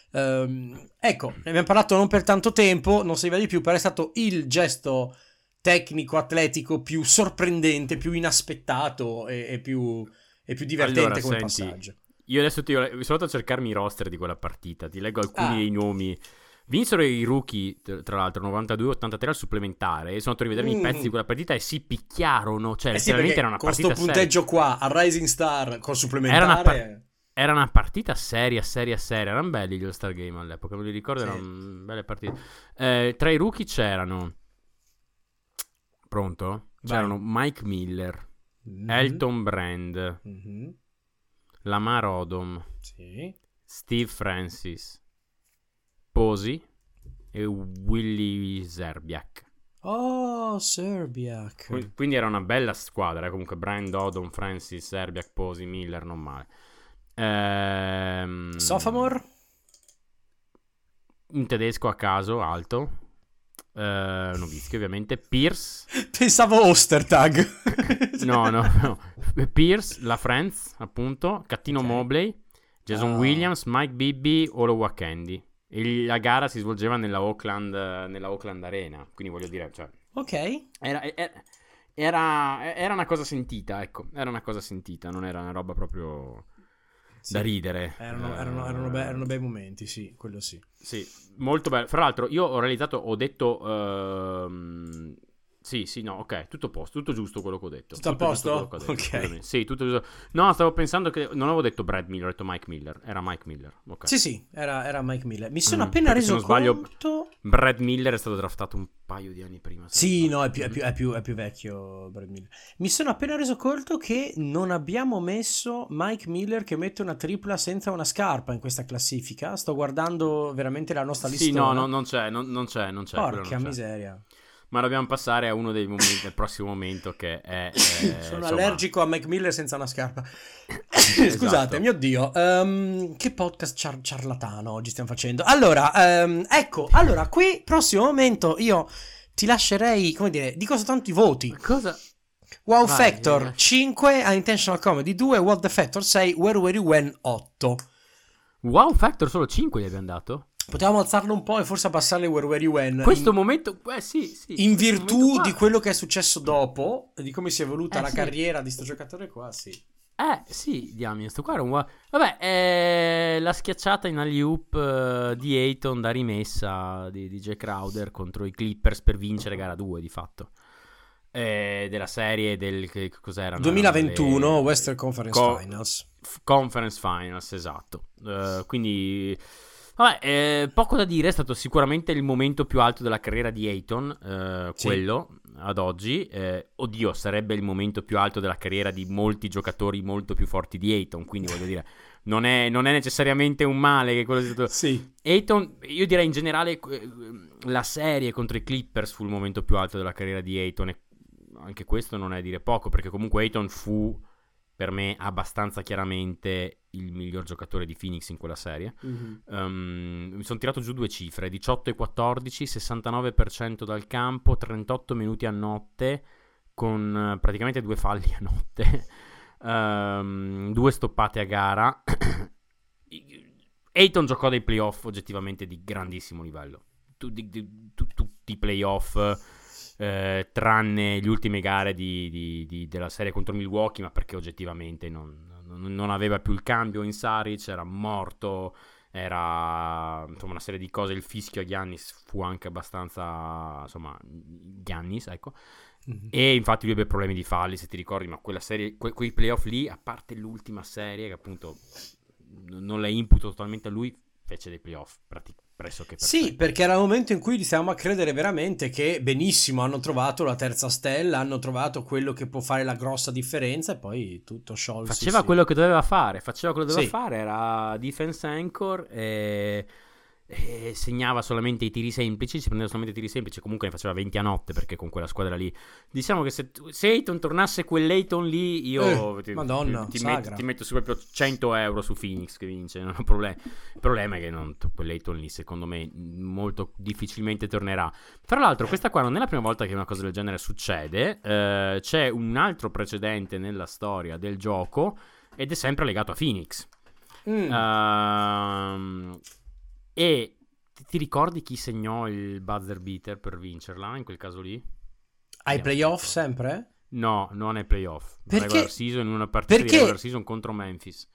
Ehm, ecco, ne abbiamo parlato non per tanto tempo, non serviva di più, però è stato il gesto tecnico atletico più sorprendente, più inaspettato e, e più, e più divertente Allora, come senti, passaggio. Io adesso ti sono andato a cercarmi i roster di quella partita, ti leggo alcuni Ah. dei nomi. Vinsero i rookie, t- tra l'altro, novantadue ottantatré al supplementare, e sono andato a rivedermi Mm. i pezzi di quella partita e si picchiarono, cioè Eh sì, letteralmente perché era una con partita sto punteggio qua a Rising Star col supplementare Era una par- Era una partita seria, seria, seria. Erano belli gli All-Star Game all'epoca, me li ricordo, Sì. erano belle partite. Eh, tra i rookie c'erano... Pronto? C'erano Mike Miller, Mhm. Elton Brand, Mhm. Lamar Odom, Sì. Steve Francis, Posey e Willy Zerbiak. Oh, Serbiak. Qui- Quindi era una bella squadra, eh, comunque Brand, Odom, Francis, Zerbiak, Posey, Miller, non male. Ehm, Sophomore? Un tedesco a caso, alto. Eh, Nowitzki ovviamente. Pierce. Pensavo Ostertag. No, no, no. Pierce, la Friends, appunto. Cattino Ok. Mobley, Jason Ah. Williams, Mike Bibby, Olo Wakendi. E la gara si svolgeva nella Oakland, nella Oakland Arena. Quindi voglio dire, cioè, Ok. era, era, era, era una cosa sentita, ecco. Era una cosa sentita, non era una roba proprio Sì. da ridere. Erano, Eh, erano, erano, be- erano bei momenti, sì, quello sì. Sì, molto bello. Fra l'altro, io ho realizzato, ho detto. ehm, Sì, sì, no, ok, tutto a posto, tutto giusto quello che ho detto. Tutto a giusto posto? quello che ho detto, Ok. scusami. Sì, tutto giusto. No, stavo pensando che non avevo detto Brad Miller, ho detto Mike Miller. Era Mike Miller. Ok. Sì, sì, era, era Mike Miller. Mi sono Mm, appena perché se reso non sbaglio- conto... Brad Miller è stato draftato un paio di anni prima. se Sì, non no, è sbaglio. più, è più- è più- è più vecchio Brad Miller. Mi sono appena reso conto che non abbiamo messo Mike Miller che mette una tripla senza una scarpa in questa classifica. Sto guardando veramente la nostra Sì, listona. no, no, non c'è, non, non c'è, non c'è. quello Porca non c'è. miseria. Ma dobbiamo passare a uno dei momenti, del prossimo momento che è... eh, Sono insomma, allergico a Mike Miller senza una scarpa. Esatto. Scusate, mio Dio. ehm, che podcast ciar- ciarlatano oggi stiamo facendo. Allora, ehm, ecco, allora, qui, prossimo momento, io ti lascerei, come dire, dico soltanto i voti. Cosa... Wow Vai, Factor vai. cinque, Unintentional Comedy due, What the Factor sei, Where Were You When otto. Wow Factor solo cinque gli abbiamo dato? Potevamo alzarlo un po' e forse abbassarle Where Were You When. Questo in, momento... Eh sì, sì. in questo virtù momento qua- di quello che è successo dopo, di come si è evoluta Eh, la sì. carriera di sto giocatore qua, sì. Eh, sì, diamine, sto qua era un... wa- Vabbè, è la schiacciata in alley-oop eh, di Ayton da rimessa di, di Jay Crowder contro i Clippers per vincere gara due, di fatto. Eh, della serie del... Che cos'erano? duemilaventuno Le- Western Conference Co- Finals. F- Conference Finals, esatto. Eh, quindi... Vabbè, eh, poco da dire, è stato sicuramente il momento più alto della carriera di Ayton, eh, Sì. quello ad oggi. Eh, oddio, sarebbe il momento più alto della carriera di molti giocatori molto più forti di Ayton, quindi voglio dire, non è, non è necessariamente un male che quello sia stato... Sì. Ayton, io direi in generale eh, la serie contro i Clippers fu il momento più alto della carriera di Ayton, e anche questo non è dire poco, perché comunque Ayton fu per me abbastanza chiaramente il miglior giocatore di Phoenix in quella serie. Mhm. Um, mi sono tirato giù due cifre: diciotto e quattordici, sessantanove per cento dal campo, trentotto minuti a notte, con eh, praticamente due falli a notte, um, due stoppate a gara. Ayton giocò dei playoff oggettivamente di grandissimo livello. Tu- di- di- tu- tutti i playoff. Eh, tranne le ultime gare di, di, di, della serie contro Milwaukee, ma perché oggettivamente non, non, non aveva più il cambio in Saric, era morto, era insomma una serie di cose. Il fischio a Giannis fu anche abbastanza, insomma, Giannis, ecco. Mhm. E infatti lui ebbe problemi di falli, se ti ricordi, ma quella serie, que- quei playoff lì, a parte l'ultima serie che appunto n- non la imputo totalmente a lui, fece dei playoff praticamente pressoché perfetti. Sì, perché era il momento in cui iniziamo a credere veramente che benissimo hanno trovato la terza stella, hanno trovato quello che può fare la grossa differenza, e poi tutto sciolse. Faceva sì. quello che doveva fare, faceva quello che doveva Sì. fare, era defense anchor e, e segnava solamente i tiri semplici, si prendeva solamente i tiri semplici, comunque ne faceva venti a notte, perché con quella squadra lì, diciamo che se, se Ayton tornasse quell'Ayton lì, io Eh, ti, Madonna, ti, ti sagra. metto, ti metto su proprio cento euro su Phoenix che vince, non ho problemi. Il problema è che non, quell'Ayton lì secondo me molto difficilmente tornerà. Tra l'altro questa qua non è la prima volta che una cosa del genere succede, eh, c'è un altro precedente nella storia del gioco ed è sempre legato a Phoenix. Mm. Ehm, e ti, ti ricordi chi segnò il buzzer beater per vincerla in quel caso lì? Ai Vediamo. playoff sempre? No, non ai playoff. Perché- Regular season, in una partita perché- di regular season contro Memphis.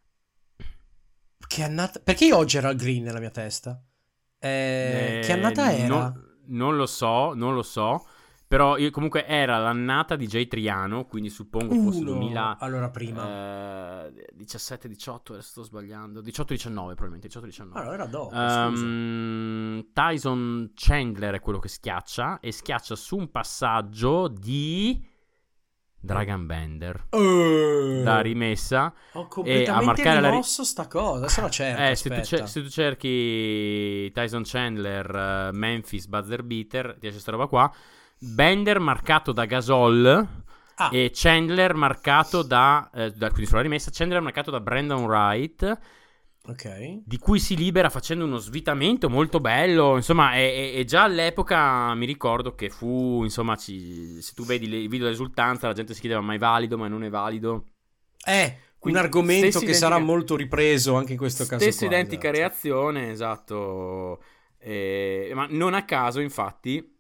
Che annata... Perché io oggi era il green nella mia testa? Eh, Eh, che annata era? Non, non lo so, non lo so. Però io, comunque era l'annata di Jay Triano, quindi suppongo fosse Uno. duemila Allora prima. eh, diciassette diciotto, adesso sto sbagliando. diciotto diciannove probabilmente, diciotto diciannove. Allora era dopo, scusa. Um, Tyson Chandler è quello che schiaccia e schiaccia su un passaggio di Dragan Bender Uh, da rimessa ho e completamente a marcare la ri- rimosso sta cosa. Adesso la cerco, eh, se, tu aspetta. cer- se tu cerchi Tyson Chandler, uh, Memphis buzzer beater, ti esce sta roba qua. Bender marcato da Gasol Ah. e Chandler marcato da, eh, da quindi sulla rimessa Chandler marcato da Brandon Wright, Ok. di cui si libera facendo uno svitamento molto bello. Insomma, e, e- e già all'epoca mi ricordo che fu, insomma, ci- se tu vedi le- i video dell'esultanza, la gente si chiedeva: ma è valido, ma non è valido? È Quindi un argomento stessa che identica- sarà molto ripreso anche in questo caso Stessa qua, identica esatto. reazione, esatto. Eh, ma non a caso, infatti,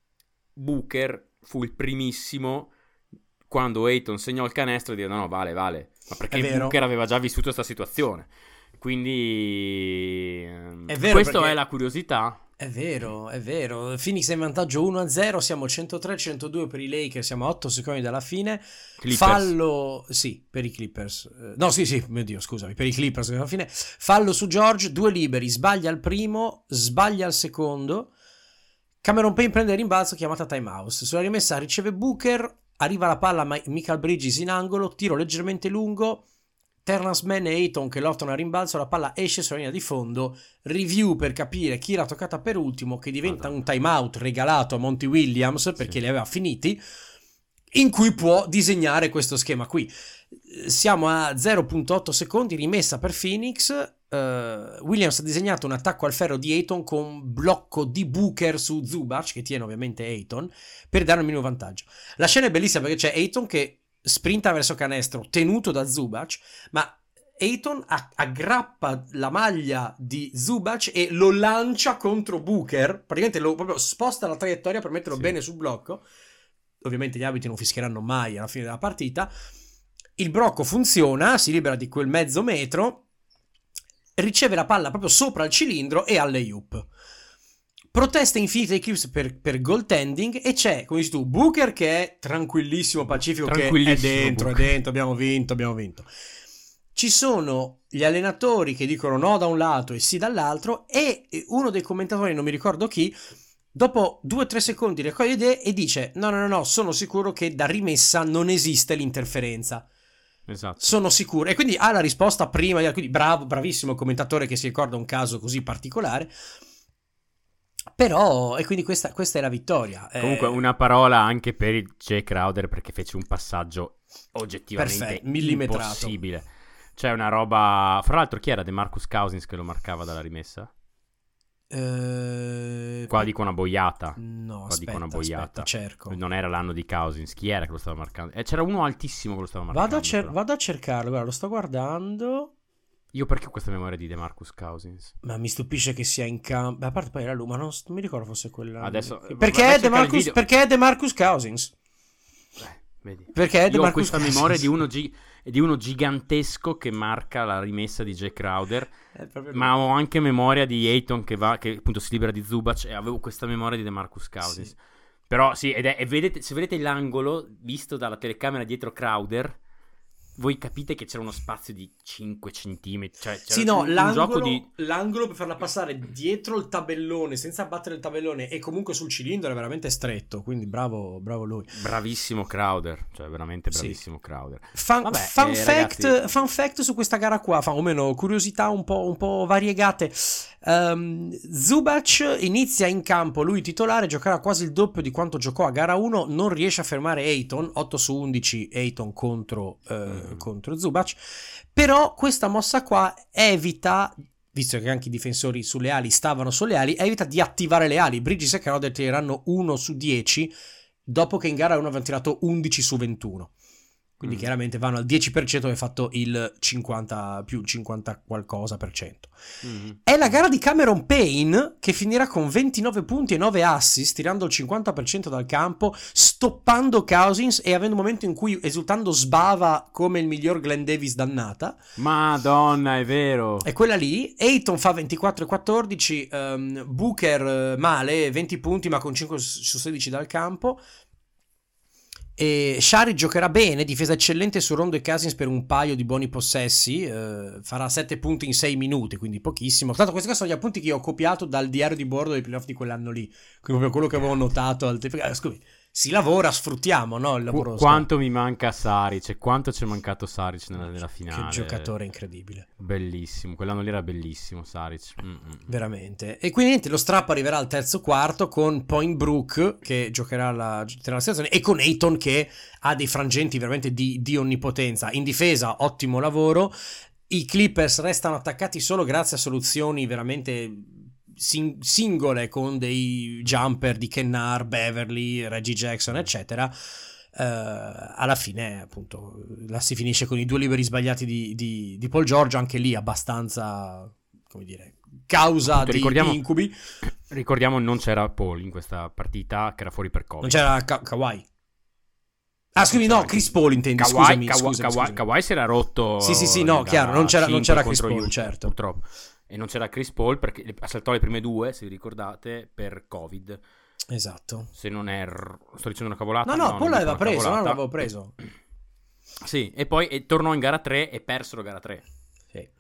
Booker fu il primissimo quando Ayton segnò il canestro a dire: no, no, vale, vale. Ma È perché vero. Booker aveva già vissuto questa situazione. Quindi ehm, È vero, questa perché- è la curiosità. È vero, è vero. Phoenix è in vantaggio uno a zero, siamo centotré centodue per i Lakers, siamo a otto secondi dalla fine. Clippers. Fallo, sì, per i Clippers. Eh, No, sì, sì, mio Dio, scusami, per i Clippers alla fine. Fallo su George, due liberi, sbaglia il primo, sbaglia il secondo. Cameron Payne prende il rimbalzo, chiamata timeout. Sulla rimessa riceve Booker, arriva la palla a Michael Bridges in angolo, tiro leggermente lungo. Terrence Mann e Ayton che lottano a rimbalzo, la palla esce sulla linea di fondo, review per capire chi l'ha toccata per ultimo, che diventa Madonna. un timeout regalato a Monty Williams perché Sì. li aveva finiti, in cui può disegnare questo schema qui. Siamo a zero virgola otto secondi, rimessa per Phoenix. Uh, Williams ha disegnato un attacco al ferro di Ayton con blocco di Booker su Zubac, che tiene ovviamente Ayton, per dare un minimo vantaggio. La scena è bellissima perché c'è Ayton che sprinta verso canestro tenuto da Zubac, ma Ayton a- aggrappa la maglia di Zubac e lo lancia contro Booker, praticamente lo proprio sposta la traiettoria per metterlo Sì. bene sul blocco. Ovviamente gli arbitri non fischieranno mai alla fine della partita. Il blocco funziona, si libera di quel mezzo metro, riceve la palla proprio sopra il cilindro e alley-oop. Protesta infinite Eclipse per, per goaltending e c'è, come dici tu, Booker che è tranquillissimo, pacifico, che è Tranquillissimo, dentro, è Booker. dentro, abbiamo vinto, abbiamo vinto. Ci sono gli allenatori che dicono no da un lato e sì dall'altro e uno dei commentatori, non mi ricordo chi, dopo due o tre secondi raccoglie idee e dice no, no, no, no, sono sicuro che da rimessa non esiste l'interferenza. Esatto. Sono sicuro. E quindi ha la risposta prima, di- quindi bravo, bravissimo commentatore che si ricorda un caso così particolare. Però, e quindi questa, questa è la vittoria. Comunque Eh, una parola anche per il Jay Crowder, perché fece un passaggio oggettivamente Perfetto, millimetrato. impossibile. C'è una roba... Fra l'altro chi era DeMarcus Cousins che lo marcava dalla rimessa? eh, Qua dico una boiata. No, Qua aspetta, dico una boiata. aspetta, cerco. Non era l'anno di Cousins. Chi era che lo stava marcando? Eh, c'era uno altissimo che lo stava marcando. Vado a, cer- però. vado a cercarlo, guarda, lo sto guardando. Io perché ho questa memoria di DeMarcus Cousins? Ma mi stupisce che sia in campo. A parte poi era lui, ma non, non mi ricordo fosse quella. Adesso- vai a Perché cercare è il DeMarcus, video. perché è DeMarcus Cousins? Eh, vedi. Perché è Io ho DeMarcus questa Cousins. memoria di uno, gi- di uno gigantesco che marca la rimessa di Jay Crowder. È proprio lui. Ma ho anche memoria di Ayton che va, che appunto si libera di Zubac, e avevo questa memoria di DeMarcus Cousins. Sì. Però sì, ed è, e vedete, se vedete l'angolo visto dalla telecamera dietro Crowder, voi capite che c'era uno spazio di cinque centimetri. Cioè c'era Sì, no, un, un l'angolo, gioco di... l'angolo per farla passare dietro il tabellone senza battere il tabellone e comunque sul cilindro è veramente stretto. Quindi bravo, bravo lui. Bravissimo Crowder, cioè veramente Sì. bravissimo Crowder. Fun, Vabbè, fun eh, fact, ragazzi- fun fact su questa gara qua, fa, o meno curiosità un po', un po' variegate. Um, Zubac inizia in campo, lui titolare, giocherà quasi il doppio di quanto giocò a gara uno, non riesce a fermare Ayton, otto su undici Ayton contro, uh, Mm. contro Zubac, però questa mossa qua evita, visto che anche i difensori sulle ali stavano sulle ali, evita di attivare le ali. Bridges e Crowder tireranno uno su dieci dopo che in gara uno avevano tirato undici su ventuno. Quindi Mm. chiaramente vanno al dieci per cento e fatto il cinquanta più cinquanta qualcosa per cento. Mm. È la gara di Cameron Payne che finirà con ventinove punti e nove assist, tirando il cinquanta per cento dal campo, stoppando Cousins e avendo un momento in cui esultando sbava come il miglior Glenn Davis dannata. Madonna, è vero. È quella lì. Ayton fa ventiquattro e quattordici, um, Booker eh, male, venti punti ma con cinque su sedici dal campo. E Shari giocherà bene, difesa eccellente su Rondo e Cousins per un paio di buoni possessi, eh, farà sette punti in sei minuti, quindi pochissimo. Tanto questi qua sono gli appunti che ho copiato dal diario di bordo dei playoff di quell'anno lì, quindi proprio quello che avevo notato al te- eh, scusi, si lavora, sfruttiamo, no, il lavoro. Qu- quanto mi manca Saric, quanto ci è mancato Saric nella, nella finale. Che giocatore incredibile. Bellissimo, quell'anno lì era bellissimo Saric. Mm-mm. Veramente. E quindi niente, lo strappo arriverà al terzo quarto con Point Brook che giocherà la, la situazione e con Ayton che ha dei frangenti veramente di, di onnipotenza. In difesa, ottimo lavoro. I Clippers restano attaccati solo grazie a soluzioni veramente sing- singole con dei jumper di Kennard, Beverly, Reggie Jackson, eccetera. Uh, alla fine appunto la si finisce con i due liberi sbagliati di, di, di Paul George, anche lì abbastanza, come dire, causa appunto, di, ricordiamo, di incubi. Ricordiamo non c'era Paul in questa partita, che era fuori per Covid. Non c'era Ka- Kawhi. Ah, scusami, no, Chris Paul intendi, Kawhi, scusami, Kawhi, scusami, Kawhi, scusami. Kawhi si era rotto. Sì, sì, sì, no, chiaro, non c'era, non c'era Chris Paul, Utah, certo. Purtroppo. E non c'era Chris Paul perché saltò le prime due, se vi ricordate, per Covid. Esatto. Se non è... sto dicendo una cavolata. No, no, no Paul l'aveva preso, cavolata. no, l'avevo preso. Sì, e poi e tornò in gara tre e persero gara tre. Sì.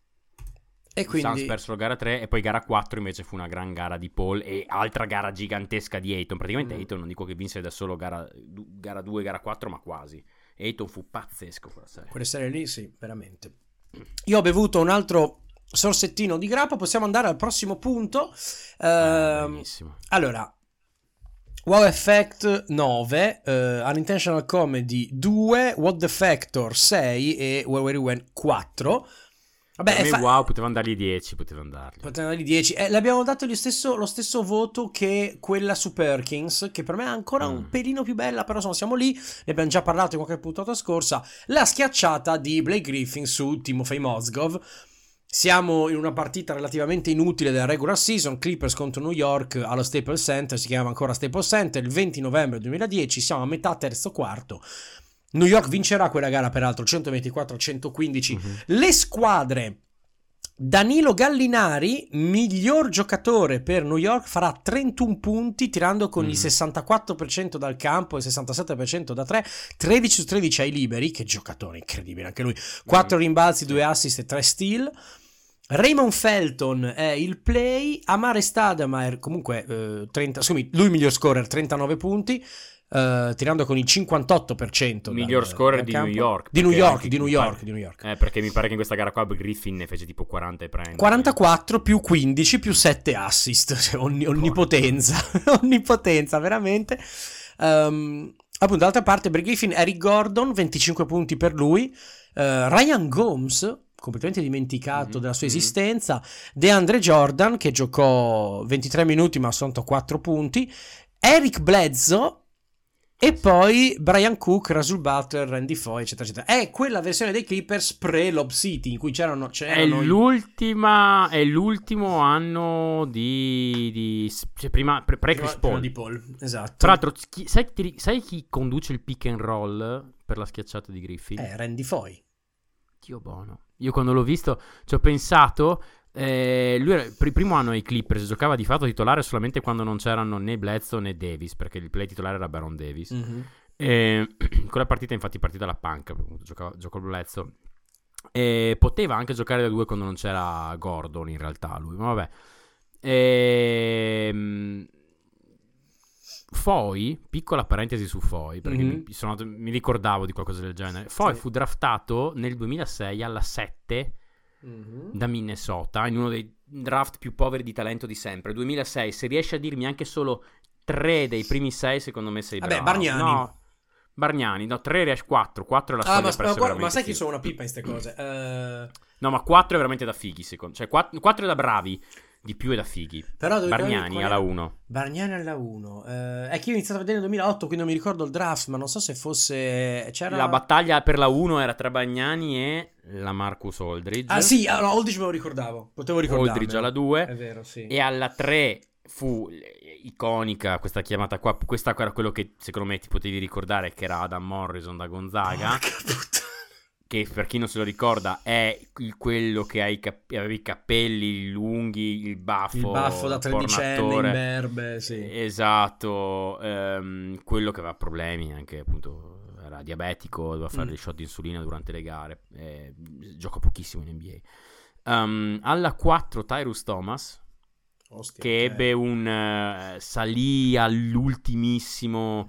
E I quindi... Suns persero gara tre e poi gara quattro invece fu una gran gara di Paul e altra gara gigantesca di Ayton. Praticamente Mm. Ayton non dico che vinse da solo gara, gara due, gara quattro, ma quasi. Ayton fu pazzesco quella serie. Quelle serie lì, sì, veramente. Io ho bevuto un altro sorsettino di grappa, possiamo andare al prossimo punto. Ehm, Benissimo. allora, Wow Effect nove, uh, Unintentional Comedy due, What the Factor sei e Where Were You When quattro. Vabbè, Per me, fa- wow, potevano dargli dieci, potevano dargli. potevano dargli dieci. Eh, le abbiamo dato lo stesso, lo stesso voto che quella su Perkins, che per me è ancora un Mm. pelino più bella, però insomma siamo lì, ne abbiamo già parlato in qualche puntata scorsa. La schiacciata di Blake Griffin su Timofey Mozgov. Siamo in una partita relativamente inutile della regular season, Clippers contro New York allo Staples Center, si chiama ancora Staples Center, il venti novembre duemiladieci, siamo a metà terzo quarto. New York vincerà quella gara peraltro centoventiquattro a centoquindici. Mhm. Le squadre, Danilo Gallinari, miglior giocatore per New York, farà trentuno punti tirando con Mhm. il sessantaquattro per cento dal campo e il sessantasette per cento da tre, tredici su tredici ai liberi, che giocatore incredibile anche lui, quattro rimbalzi, due assist e tre steal. Raymond Felton è il play, Amare Stoudemire comunque eh, trenta, scusami, lui miglior scorer, trentanove punti, eh, tirando con il cinquantotto per cento Miglior dal- scorer dal di campo. New York. Di New perché York, anche- di New mi York, pare- di New York. Eh, perché mi pare che in questa gara qua Griffin ne fece tipo quaranta e prende. quarantaquattro più quindici più sette assist, cioè onn- onnipotenza, onnipotenza veramente. Um, appunto, d'altra parte, Blake Griffin, Eric Gordon, venticinque punti per lui, uh, Ryan Gomes, completamente dimenticato Mhm, della sua mhm. esistenza, DeAndre Jordan, che giocò ventitré minuti ma soltanto quattro punti, Eric Bledsoe, e poi Brian Cook, Russell Butler, Randy Foy, eccetera, eccetera. È quella versione dei Clippers pre-Lob City, in cui c'erano... È c'erano i- l'ultima, è l'ultimo anno di, di cioè prima pre, pre prima- Chris prima Paul. di Paul, esatto. Tra l'altro, chi- sai, ti- sai chi conduce il pick and roll per la schiacciata di Griffin? Eh, Randy Foy. Dio buono. Io quando l'ho visto ci ho pensato. eh, lui era, per il primo anno ai Clippers giocava di fatto titolare solamente quando non c'erano né Bledsoe né Davis, perché il play titolare era Baron Davis. Mm-hmm. E quella partita infatti partita dalla panca, perché giocava, giocò Bledsoe. E poteva anche giocare da due quando non c'era Gordon in realtà lui, ma vabbè. Ehm... Foy, piccola parentesi su Foy, perché Mhm. mi, sono andato- mi ricordavo di qualcosa del genere. Foy Sì. fu draftato nel duemilasei alla sette Mm-hmm. da Minnesota, in uno dei draft più poveri di talento di sempre. duemilasei, se riesci a dirmi anche solo tre dei primi sei, secondo me sei Vabbè, bravo. Bargnani. No, Bargnani, no, tre riesci, quattro, quattro è la Ah, soglia ma, per ma, essere guarda, ma veramente sai che figo. sono una pippa in queste cose? Eh, No, ma quattro è veramente da fighi, secondo. Cioè, quattro, quattro è da bravi, di più è da fighi. però dove- Bargnani qual alla era? uno. Bargnani alla uno. Eh, è che io ho iniziato a vedere nel duemilaotto, quindi non mi ricordo il draft, ma non so se fosse... C'era... La battaglia per la uno era tra Bagnani e la Marcus Aldridge. Ah sì, ah, no, Aldridge me lo ricordavo. Potevo ricordarmi. Aldridge alla due. È vero, sì. E alla tre fu eh, iconica questa chiamata qua. Questa era quello che secondo me ti potevi ricordare, che era Adam Morrison da Gonzaga. Porca puttana. Che per chi non se lo ricorda è il- quello che ha i cap- aveva i capelli lunghi, il baffo, Il baffo da tredicenne in pornatore. berbe, sì. Esatto, ehm, quello che aveva problemi anche, appunto, era diabetico, doveva fare Mm. dei shot di insulina durante le gare, eh, gioca pochissimo in N B A. Um, alla quattro Tyrus Thomas, Ostia, che ok. ebbe un eh, salì all'ultimissimo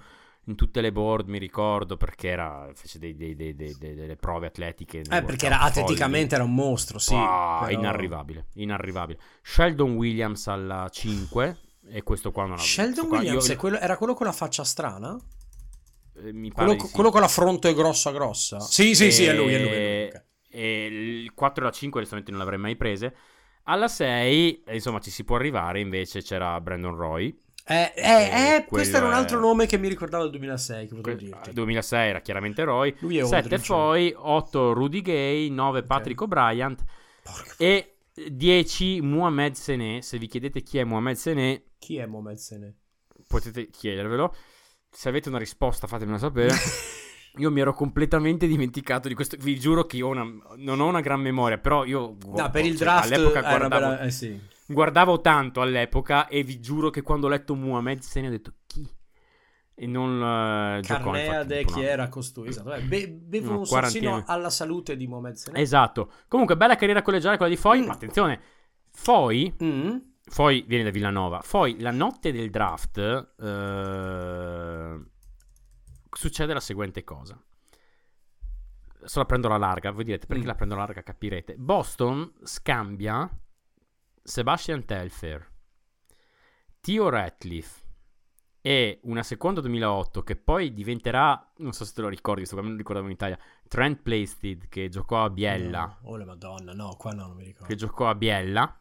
in tutte le board, mi ricordo, perché era fece dei, dei, dei, dei, dei- delle prove atletiche. Eh, perché era atleticamente era un mostro, sì. Ah, però- inarrivabile, inarrivabile. Sheldon Williams alla cinque, e questo qua non ha Sheldon questo qua Williams io- è quello- era quello con la faccia strana? eh, mi pare Quello, di sì. quello con la fronte grossa grossa? Sì, sì, sì, è lui, è lui. È lui, ok. E il quattro e la cinque onestamente non l'avrei mai prese. Alla sei, eh, insomma, ci si può arrivare. Invece c'era Brandon Roy. Eh, eh, Eh, eh, questo era un quello altro è- nome che mi ricordava del duemilasei, che potevo Que- dirti. duemilasei era chiaramente Roy. Lui è sette Aldridge. Foy, otto Rudy Gay, nove Patrick O'Brien Porca- e dieci Mohamed Sene. Se vi chiedete chi è Mohamed Sene, Chi è Mohamed Sene? potete chiedervelo. Se avete una risposta, fatemela sapere. Io mi ero completamente dimenticato di questo. Vi giuro che io ho una- non ho una gran memoria, però io gu- No, per il cioè, draft all'epoca è una guardavo, bella... Eh sì. guardavo tanto all'epoca, e vi giuro che quando ho letto Mohamed Sene ho detto chi? E non eh, giocò, infatti, Carneade, dopo chi una- era costui? Esatto. Eh, be- bevo Una un sorsino quarantina. alla salute di Mohamed Sene. Esatto. Comunque, bella carriera collegiale quella di Foy. Mm. Ma attenzione, Foy, Mm. Foy viene da Villanova. Foy, la notte del draft, eh, succede la seguente cosa. Adesso la prendo alla larga. Voi direte perché Mm. la prendo alla larga, capirete. Boston scambia Sebastian Telfair, Theo Ratliff e una seconda duemilaotto che poi diventerà, non so se te lo ricordi, questo qua me lo ricordavo in Italia, Trent Playstead, che giocò a Biella. No. Oh, la madonna, no, qua no, non mi ricordo. Che giocò a Biella.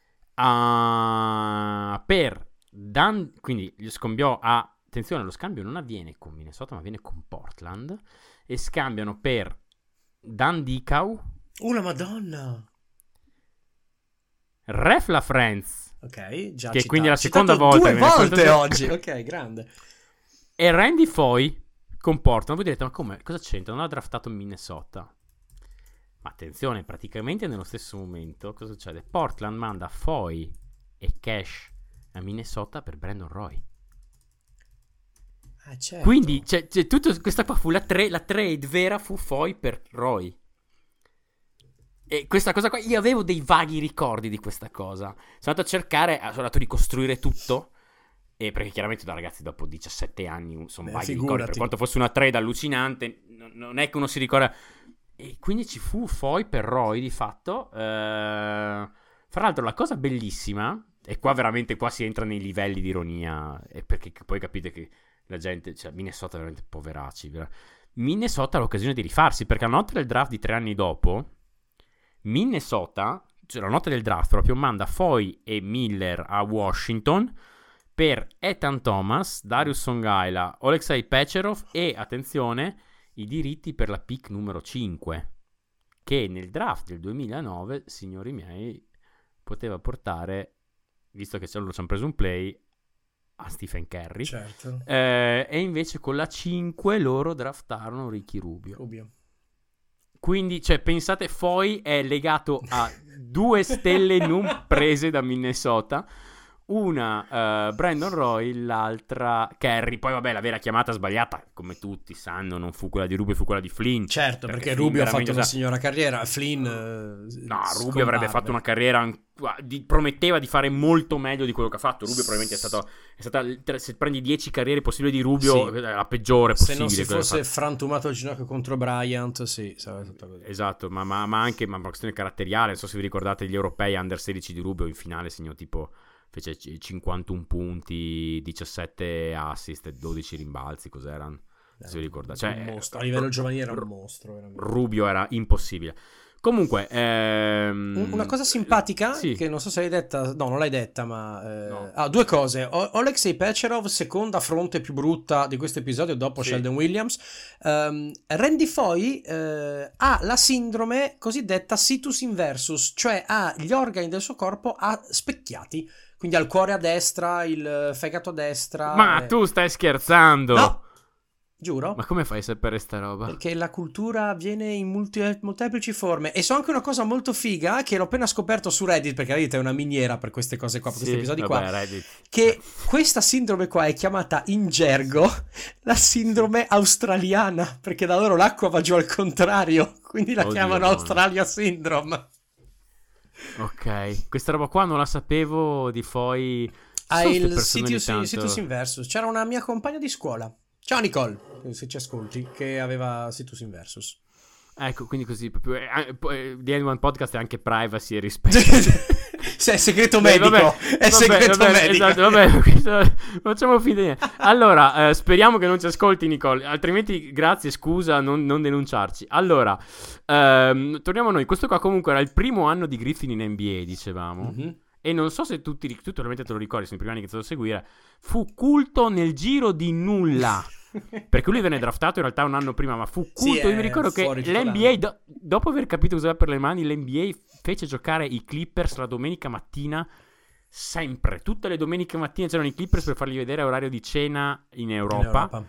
Ah, per Dan, quindi gli scambiò a, attenzione, lo scambio non avviene con Minnesota, ma avviene con Portland, e scambiano per Dan Dicau, Oh, la madonna. Ref LaFrance Ok, già Che citato. quindi è la Citato seconda volta due che viene volte fatto- oggi. Ok, grande. e Randy Foy con Portland. Voi direte, ma come? Cosa c'entra? Non ha draftato Minnesota. Ma attenzione, praticamente nello stesso momento cosa succede? Portland manda Foy e Cash a Minnesota per Brandon Roy. Ah, certo. Quindi, cioè, cioè, tutto questa qua fu la, tre, la trade vera, fu Foy per Roy. E questa cosa qua, io avevo dei vaghi ricordi di questa cosa. Sono andato a cercare, sono andato a ricostruire tutto. E perché chiaramente da ragazzi dopo diciassette anni sono Beh, vaghi figurati. ricordi. Per quanto fosse una trade allucinante, non, non è che uno si ricorda. E quindi ci fu Foy per Roy di fatto. Eh, fra l'altro la cosa bellissima, e qua veramente qua si entra nei livelli di ironia, e perché poi capite che la gente, cioè Minnesota è veramente poveracci. vera- Minnesota ha l'occasione di rifarsi, perché la notte del draft di tre anni dopo, Minnesota, cioè la notte del draft proprio, manda Foy e Miller a Washington per Ethan Thomas, Darius Songaila, Oleksiy Pecherov e, attenzione, i diritti per la pick numero cinque, che nel draft del duemilanove, signori miei, poteva portare, visto che loro ci hanno preso un play, a Stephen Curry. Certo. Eh, e invece con la cinque loro draftarono Ricky Rubio. Rubio. Quindi, cioè, pensate, Foy è legato a due stelle non prese da Minnesota. Una eh, Brandon Roy, l'altra Curry. Poi vabbè, la vera chiamata sbagliata, come tutti sanno, non fu quella di Rubio, fu quella di Flynn. Certo, perché, Flynn Rubio ha fatto veramente una sa- signora carriera. Flynn... eh, No, scomparve. Rubio avrebbe fatto una carriera an- di- prometteva di fare molto meglio di quello che ha fatto. Rubio probabilmente è stato è stata, tra- se prendi dieci carriere possibili di Rubio, Sì. è la peggiore Se possibile. non si quella che ha fosse fatto. frantumato il ginocchio contro Bryant, sì, sarebbe stato così. Esatto, ma, ma- ma anche ma una questione caratteriale. Non so se vi ricordate gli europei under sedici di Rubio, in finale segnò tipo, fece c- cinquantuno punti, diciassette assist e dodici rimbalzi, cos'erano? Se vi ricordate. Cioè, Un mostro. A livello R- giovanile era un R- mostro, veramente. Rubio era impossibile. Comunque, ehm... Un- Una cosa simpatica sì. che non so se l'hai detta, no, non l'hai detta, ma eh, No. ah, due cose. O- Oleksiy Pecherov, seconda fronte più brutta di questo episodio dopo Sì. Sheldon Williams. Ehm, Randy Foy eh, ha la sindrome cosiddetta situs inversus, cioè ha gli organi del suo corpo a specchiati, quindi ha il cuore a destra, il fegato a destra. Ma eh. tu stai scherzando? No, giuro. Ma come fai a sapere sta roba? Perché la cultura avviene in multi- molteplici forme. E so anche una cosa molto figa che l'ho appena scoperto su Reddit, perché Reddit è una miniera per queste cose qua, per questi episodi vabbè, qua. Reddit. Che questa sindrome qua è chiamata in gergo la sindrome australiana, perché da loro l'acqua va giù al contrario, quindi la Oddio, chiamano no. Australia Syndrome. Ok, questa roba qua non la sapevo di Foy. Ha Sono ste il persone situs, ogni tanto- situs inversus. C'era una mia compagna di scuola. Ciao Nicole, se ci ascolti, che aveva Situs Inversus. Ecco, quindi così proprio eh, eh, The End One Podcast è anche privacy e rispetto. Se è segreto medico, vabbè, è vabbè, segreto vabbè, medico. Esatto, vabbè, questo- facciamo finta di niente. Allora, eh, speriamo che non ci ascolti Nicole, altrimenti grazie, scusa, non, non denunciarci. Allora, ehm, torniamo a noi. Questo qua comunque era il primo anno di Griffin in N B A, dicevamo. Mhm. E non so se tu, ti, tu probabilmente te lo ricordi, sono i primi anni che ti ho iniziato a seguire. Fu culto nel giro di nulla. Perché lui venne draftato in realtà un anno prima, ma fu Sì, culto. Io mi è ricordo che fuori l'N B A, titolare. do- dopo aver capito cosa aveva per le mani, l'N B A fece giocare i Clippers la domenica mattina. Sempre, tutte le domeniche mattine c'erano i Clippers per fargli vedere orario di cena in Europa. In Europa.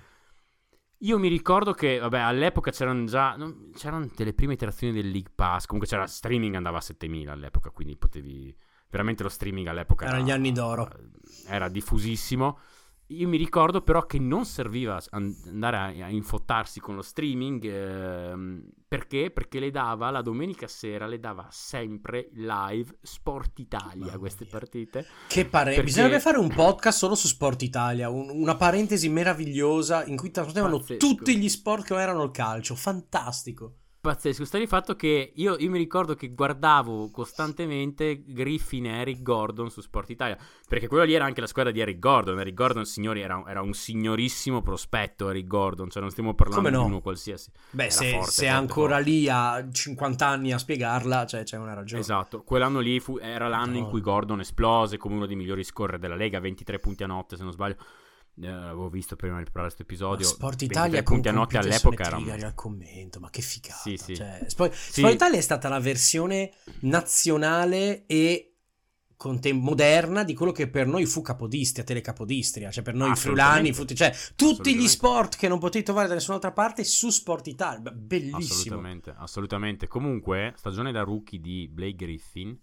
Io mi ricordo che, vabbè, all'epoca c'erano già non- c'erano delle prime iterazioni del League Pass. Comunque c'era streaming, andava a settemila all'epoca, quindi potevi veramente, lo streaming all'epoca Erano era, gli anni d'oro. era diffusissimo. Io mi ricordo però che non serviva an- andare a, a infottarsi con lo streaming, ehm, perché? Perché le dava la domenica sera, le dava sempre live Sport Italia Mamma queste mia. partite. Che pare... Perché- Bisognerebbe fare un podcast solo su Sport Italia, un- una parentesi meravigliosa in cui trasmettevano Pazzesco. tutti gli sport che non erano il calcio. Fantastico. Pazzesco, sta di fatto che io, io mi ricordo che guardavo costantemente Griffin e Eric Gordon su Sport Italia, perché quello lì era anche la squadra di Eric Gordon. Eric Gordon, signori, era, era un signorissimo prospetto. Eric Gordon, cioè non stiamo parlando Come no? di uno qualsiasi. Beh, Era se, forte, se è forte, ancora forte. lì a cinquanta anni a spiegarla, cioè c'è una ragione. Esatto, quell'anno lì fu- era l'anno in No. cui Gordon esplose come uno dei migliori scorer della Lega, ventitré punti a notte se non sbaglio. Eh, avevo visto prima di preparare questo Ma episodio. Sport ventitré Italia con punti a notte computer all'epoca sono era trigger al commento, ma che figata. Sì, sì. Cioè, Sport, Sì. Sport Italia è stata la versione nazionale e contem- moderna di quello che per noi fu Capodistria, Telecapodistria, cioè per noi Assolutamente. friulani, fu- cioè tutti gli Assolutamente. sport che non potevi trovare da nessun'altra parte su Sport Italia. Beh, bellissimo. Assolutamente, assolutamente. Comunque, stagione da rookie di Blake Griffin,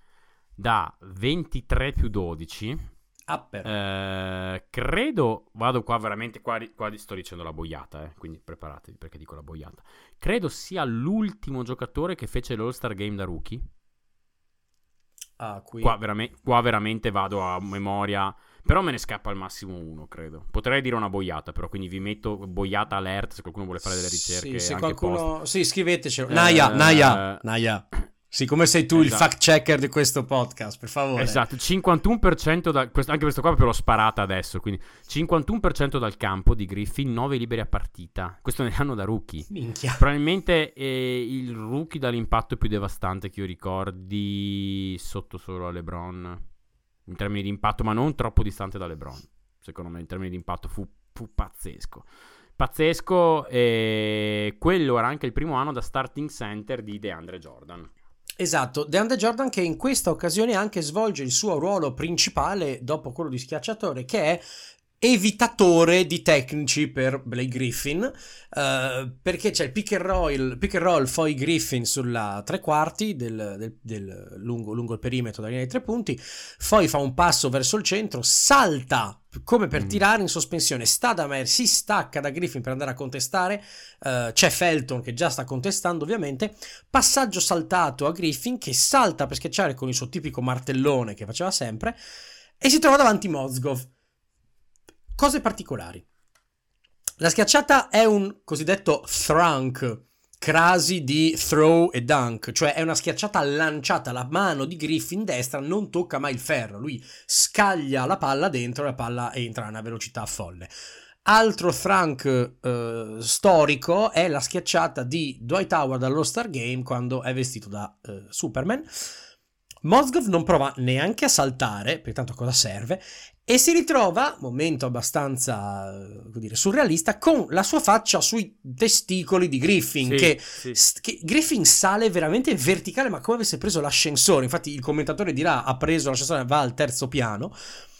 da ventitré più dodici. Ah, però. Eh, credo, vado qua veramente, qua, qua sto dicendo la boiata, eh, quindi preparatevi perché dico la boiata. Credo sia l'ultimo giocatore che fece l'All-Star Game da rookie. Ah, qui. Qua, verame- qua veramente vado a memoria, però me ne scappa al massimo uno, credo. Potrei dire una boiata, però, quindi vi metto boiata alert se qualcuno vuole fare delle ricerche. Sì, se anche qualcuno... post. Sì, scrivetecelo. Eh, Naya, Naya, Naya. Siccome sei tu il esatto. fact checker di questo podcast, per favore. Esatto, cinquantuno per cento da, questo, anche questo qua proprio l'ho sparata adesso, quindi cinquantuno per cento dal campo di Griffin, nove liberi a partita. Questo ne hanno da rookie. Minchia. Probabilmente eh, il rookie dall'impatto più devastante che io ricordi sotto solo a LeBron, in termini di impatto, ma non troppo distante da LeBron. Secondo me in termini di impatto fu, fu pazzesco. Pazzesco, e quello era anche il primo anno da starting center di DeAndre Jordan. Esatto, DeAndre Jordan che in questa occasione anche svolge il suo ruolo principale dopo quello di schiacciatore, che è evitatore di tecnici per Blake Griffin, eh, perché c'è il pick and roll, pick and roll Foy Griffin sulla tre quarti del, del, del lungo, lungo il perimetro dalla linea dei tre punti. Foy fa un passo verso il centro, salta come per Mm. tirare in sospensione, Stoudemire si stacca da Griffin per andare a contestare, uh, c'è Felton che già sta contestando ovviamente, passaggio saltato a Griffin che salta per schiacciare con il suo tipico martellone che faceva sempre e si trova davanti Mozgov. Cose particolari: la schiacciata è un cosiddetto thrunk, crasi di throw e dunk, cioè è una schiacciata lanciata, la mano di Griffin destra non tocca mai il ferro, lui scaglia la palla dentro e la palla entra a una velocità folle. Altro thrunk eh, storico è la schiacciata di Dwight Howard all'All-Star Game quando è vestito da eh, Superman. Mozgov non prova neanche a saltare, perché tanto a cosa serve, e si ritrova, momento abbastanza, come dire, surrealista, con la sua faccia sui testicoli di Griffin, Sì, che, sì. st- che Griffin sale veramente verticale, ma come avesse preso l'ascensore. Infatti il commentatore dirà, ha preso l'ascensore, va al terzo piano.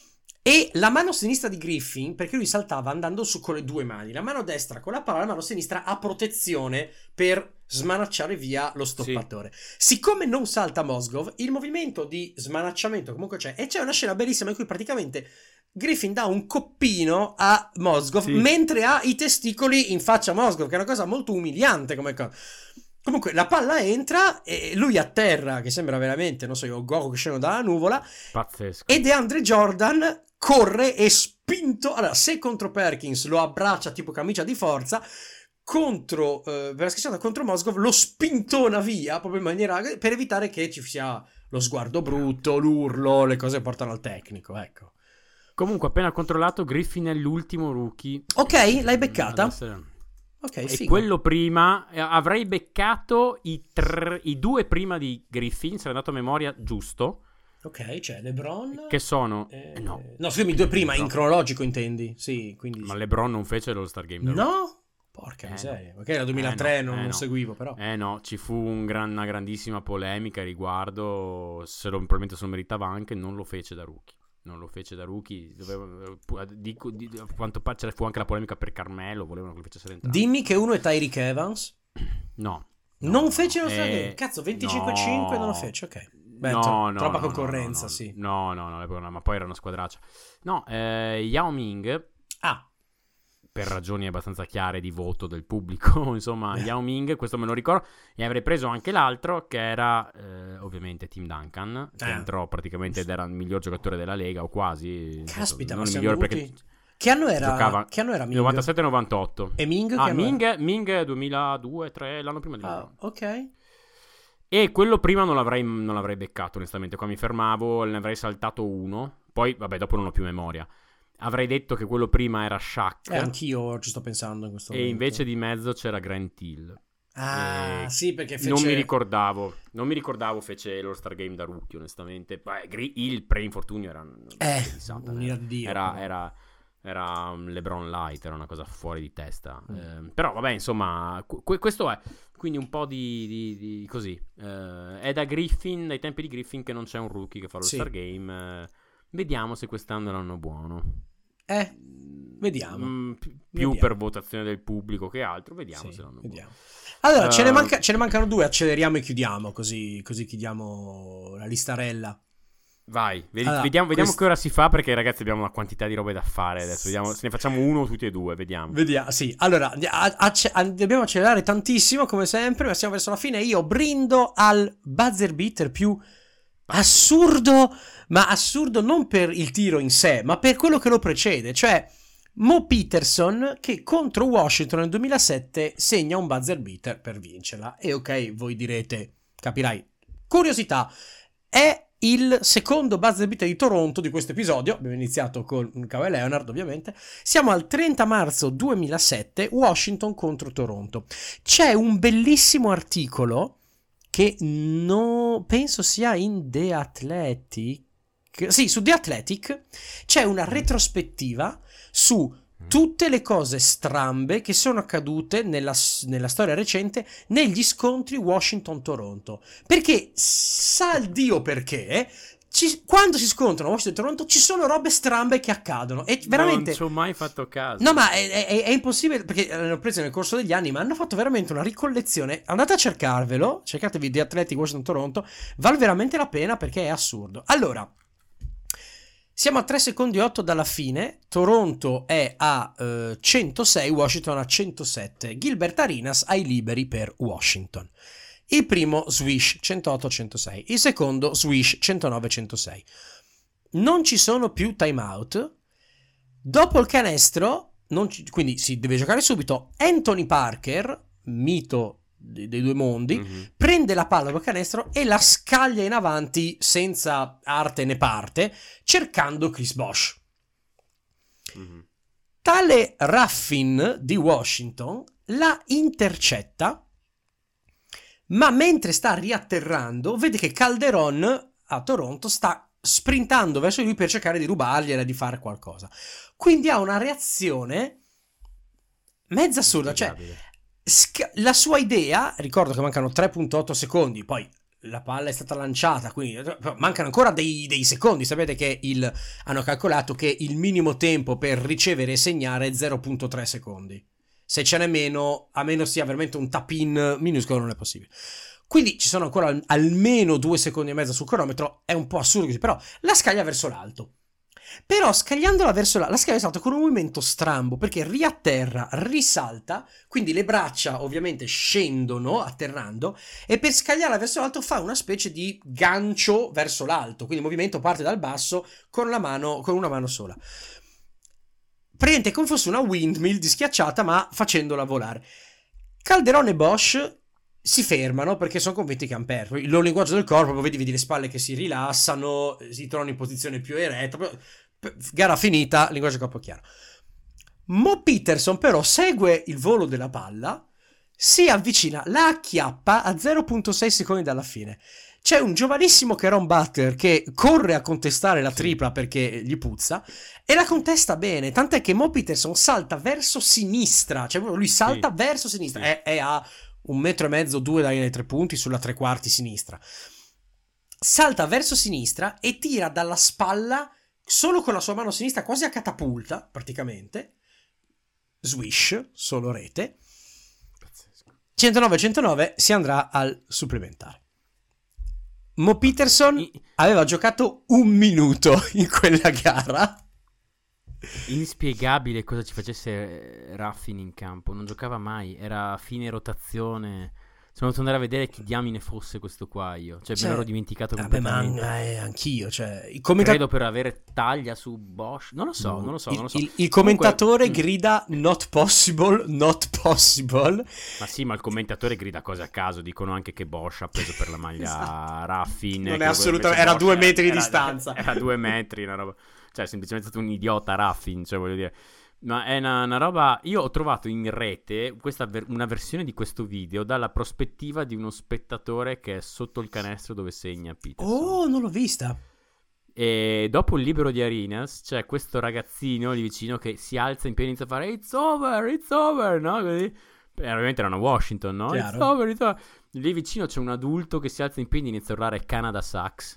E la mano sinistra di Griffin, perché lui saltava andando su con le due mani, la mano destra con la palla, la mano sinistra a protezione per smanacciare via lo stoppatore. Sì. Siccome non salta Mozgov, il movimento di smanacciamento comunque c'è, e c'è una scena bellissima in cui praticamente Griffin dà un coppino a Mozgov, Sì. mentre ha i testicoli in faccia a Mozgov, che è una cosa molto umiliante come cosa. Comunque la palla entra e lui a terra, che sembra veramente, non so io, Goku che scende dalla nuvola, Pazzesco. e DeAndre Jordan corre e, s- spinto. Allora, se contro Perkins lo abbraccia tipo camicia di forza, contro eh, per la schiacciata contro Mozgov lo spintona via proprio in maniera per evitare che ci sia lo sguardo brutto, l'urlo, le cose che portano al tecnico, ecco. Comunque, appena controllato, Griffin è l'ultimo rookie. Ok, l'hai beccata? Essere... Ok, e figo. quello prima, eh, avrei beccato i, tre, i due prima di Griffin, se l'è andato a memoria giusto. Ok, c'è LeBron. Che sono... Eh, eh, no. No, scusami, due prima, No. in cronologico intendi? Sì, quindi... Ma LeBron non fece l'All-Star Game. da No? Porca Eh, miseria. no. Ok, era duemilatré, Eh, no, non, eh, non no. seguivo però. Eh no, ci fu un gran- una grandissima polemica a riguardo, se lo, probabilmente se lo meritava anche, non lo fece da rookie. Non lo fece da rookie, doveva, dico, di, a quanto pare ce fu anche la polemica per Carmelo, volevano che lo facessero entrare. Dimmi che uno è Tyreek Evans. No. Non fece lo eh, Stargame. Cazzo, venticinque a cinque non lo fece, ok. Beh, no, tro- no, troppa no, concorrenza, no, no, sì. No, no, no, no, ma poi era una squadraccia. No, eh, Yao Ming, Ah, per ragioni abbastanza chiare di voto del pubblico, insomma, Yao Ming, questo me lo ricordo, e avrei preso anche l'altro, che era eh, ovviamente Tim Duncan, che Eh. entrò praticamente ed era il miglior giocatore della Lega, o quasi. caspita, non ma il siamo migliore dovuti... perché Che anno era? giocava Che anno era Ming? novantasette novantotto. E Ming? Ah, che anno era? Ming, Ming duemiladue tre, l'anno prima di Ah, LeBron. ok. E quello prima non l'avrei, non l'avrei beccato, onestamente. Qua mi fermavo, ne avrei saltato uno. Poi, vabbè, dopo non ho più memoria. Avrei detto che quello prima era Shaq. Eh, anch'io ci sto pensando in questo E momento. invece di mezzo c'era Grant Hill. Ah, Eh, sì, perché fece... Non mi ricordavo. Non mi ricordavo fece l'All-Star Game da rookie, onestamente. Beh, Gri- il pre-infortunio era... Eh, pensata, un'ira di Dio, era, però. era, era un LeBron Light, era una cosa fuori di testa. Mm. Eh, però, vabbè, insomma, que- questo è... Quindi un po' di, di, di così. Eh, è da Griffin, dai tempi di Griffin, che non c'è un rookie che fa lo Sì. Star Game. Eh, vediamo se quest'anno è l'anno buono. Eh, vediamo. Mm, pi- più Vediamo. per votazione del pubblico che altro. Vediamo Sì, se l'anno vediamo. buono. Allora, ce, ne Uh, manca- ce ne mancano due, acceleriamo e chiudiamo, così, così chiudiamo la listarella. Vai, vedi- Allora, vediamo, vediamo quest- che ora si fa, perché ragazzi abbiamo una quantità di robe da fare adesso. Vediamo, se ne facciamo uno tutti e due, vediamo. Vediamo, sì. Allora, a- acce- a- dobbiamo accelerare tantissimo, come sempre, ma siamo verso la fine. Io brindo al buzzer beater più assurdo, ma assurdo non per il tiro in sé, ma per quello che lo precede, cioè Mo Peterson che contro Washington nel duemilasette segna un buzzer beater per vincerla. E ok, voi direte, capirai, curiosità, è il secondo buzzer beater di Toronto di questo episodio. Abbiamo iniziato con Kawhi Leonard, ovviamente. Siamo al trenta marzo duemilasette, Washington contro Toronto. C'è un bellissimo articolo che no, penso sia in The Athletic. Sì, su The Athletic c'è una retrospettiva su tutte le cose strambe che sono accadute nella, nella storia recente negli scontri Washington-Toronto. Perché, sa il Dio perché, ci, quando si scontrano Washington e Toronto ci sono robe strambe che accadono. E veramente... Non ci ho mai fatto caso. No, ma è, è- è impossibile, perché l'hanno preso nel corso degli anni, ma hanno fatto veramente una ricollezione. Andate a cercarvelo, cercatevi The Athletic Washington-Toronto, vale veramente la pena perché è assurdo. Allora... Siamo a tre secondi e otto dalla fine. Toronto è a eh, centosei, Washington a centosette. Gilbert Arenas ai liberi per Washington. Il primo swish centootto centosei, il secondo swish centonove centosei. Non ci sono più timeout. Dopo il canestro, non ci- quindi si deve giocare subito. Anthony Parker, mito dei, dei due mondi, Mhm. prende la palla col canestro e la scaglia in avanti senza arte né parte, cercando Chris Bosh. Mhm. Tale Ruffin di Washington la intercetta, ma mentre sta riatterrando vede che Calderon a Toronto sta sprintando verso di lui per cercare di rubargliela, di fare qualcosa. Quindi ha una reazione mezza assurda, cioè Inspiegabile. Sca- la sua idea, ricordo che mancano tre virgola otto secondi, poi la palla è stata lanciata, quindi mancano ancora dei, dei secondi. Sapete che il, hanno calcolato che il minimo tempo per ricevere e segnare è zero virgola tre secondi. Se ce n'è meno, a meno sia veramente un tap-in minuscolo, non è possibile. Quindi ci sono ancora al- almeno due secondi e mezzo sul cronometro. È un po' assurdo così, però la scaglia verso l'alto. Però scagliandola verso la, la scaglia verso l'alto con un movimento strambo, perché riatterra, risalta, quindi le braccia ovviamente scendono atterrando, e per scagliarla verso l'alto fa una specie di gancio verso l'alto, quindi il movimento parte dal basso con la mano, con una mano sola. praticamente come fosse una windmill dischiacciata, ma facendola volare. Calderone e Bosch si fermano perché sono convinti che hanno perso. Il loro linguaggio del corpo, vedi, vedi le spalle che si rilassano, si trovano in posizione più eretta. Gara finita, linguaggio del corpo chiaro. Mo Peterson però segue il volo della palla, si avvicina, la acchiappa a zero virgola sei secondi dalla fine. C'è un giovanissimo Caron Butler che corre a contestare la tripla perché gli puzza e la contesta bene, tant'è che Mo Peterson salta verso sinistra, cioè lui salta sì. verso sinistra, sì. è, è a un metro e mezzo, due dai tre punti sulla tre quarti sinistra. Salta verso sinistra e tira dalla spalla solo con la sua mano sinistra, quasi a catapulta praticamente. Swish, solo rete. centonove centonove, si andrà al supplementare. Mo Peterson aveva giocato un minuto in quella gara. Inspiegabile cosa ci facesse Raffin in campo. Non giocava mai, era a fine rotazione. Sono dovuto andare a vedere chi diamine fosse questo qua io. Cioè, Cioè, me l'ero dimenticato vabbè, completamente. ma eh, anch'io, cioè, il commenta- Credo per avere taglia su Bosch. Non lo so, non lo so, il, non lo so. il, il commentatore Comunque, grida not possible, not possible. Ma sì, ma il commentatore grida cose a caso. Dicono anche che Bosch ha preso per la maglia Esatto. Raffin. Non che è assolutamente, era Bosch due metri di era- distanza. Era due metri, una roba. Cioè, è semplicemente stato un idiota Raffin, cioè voglio dire. Ma è una, una roba. Io ho trovato in rete questa ver- una versione di questo video dalla prospettiva di uno spettatore che è sotto il canestro dove segna Peterson. Oh, non l'ho vista. E dopo il libero di Arenas c'è questo ragazzino lì vicino che si alza in piedi e inizia a fare It's over, it's over, no? Così. E ovviamente erano a Washington, no? Chiaro. It's over, it's over. Lì vicino c'è un adulto che si alza in piedi e inizia a urlare Canada sucks.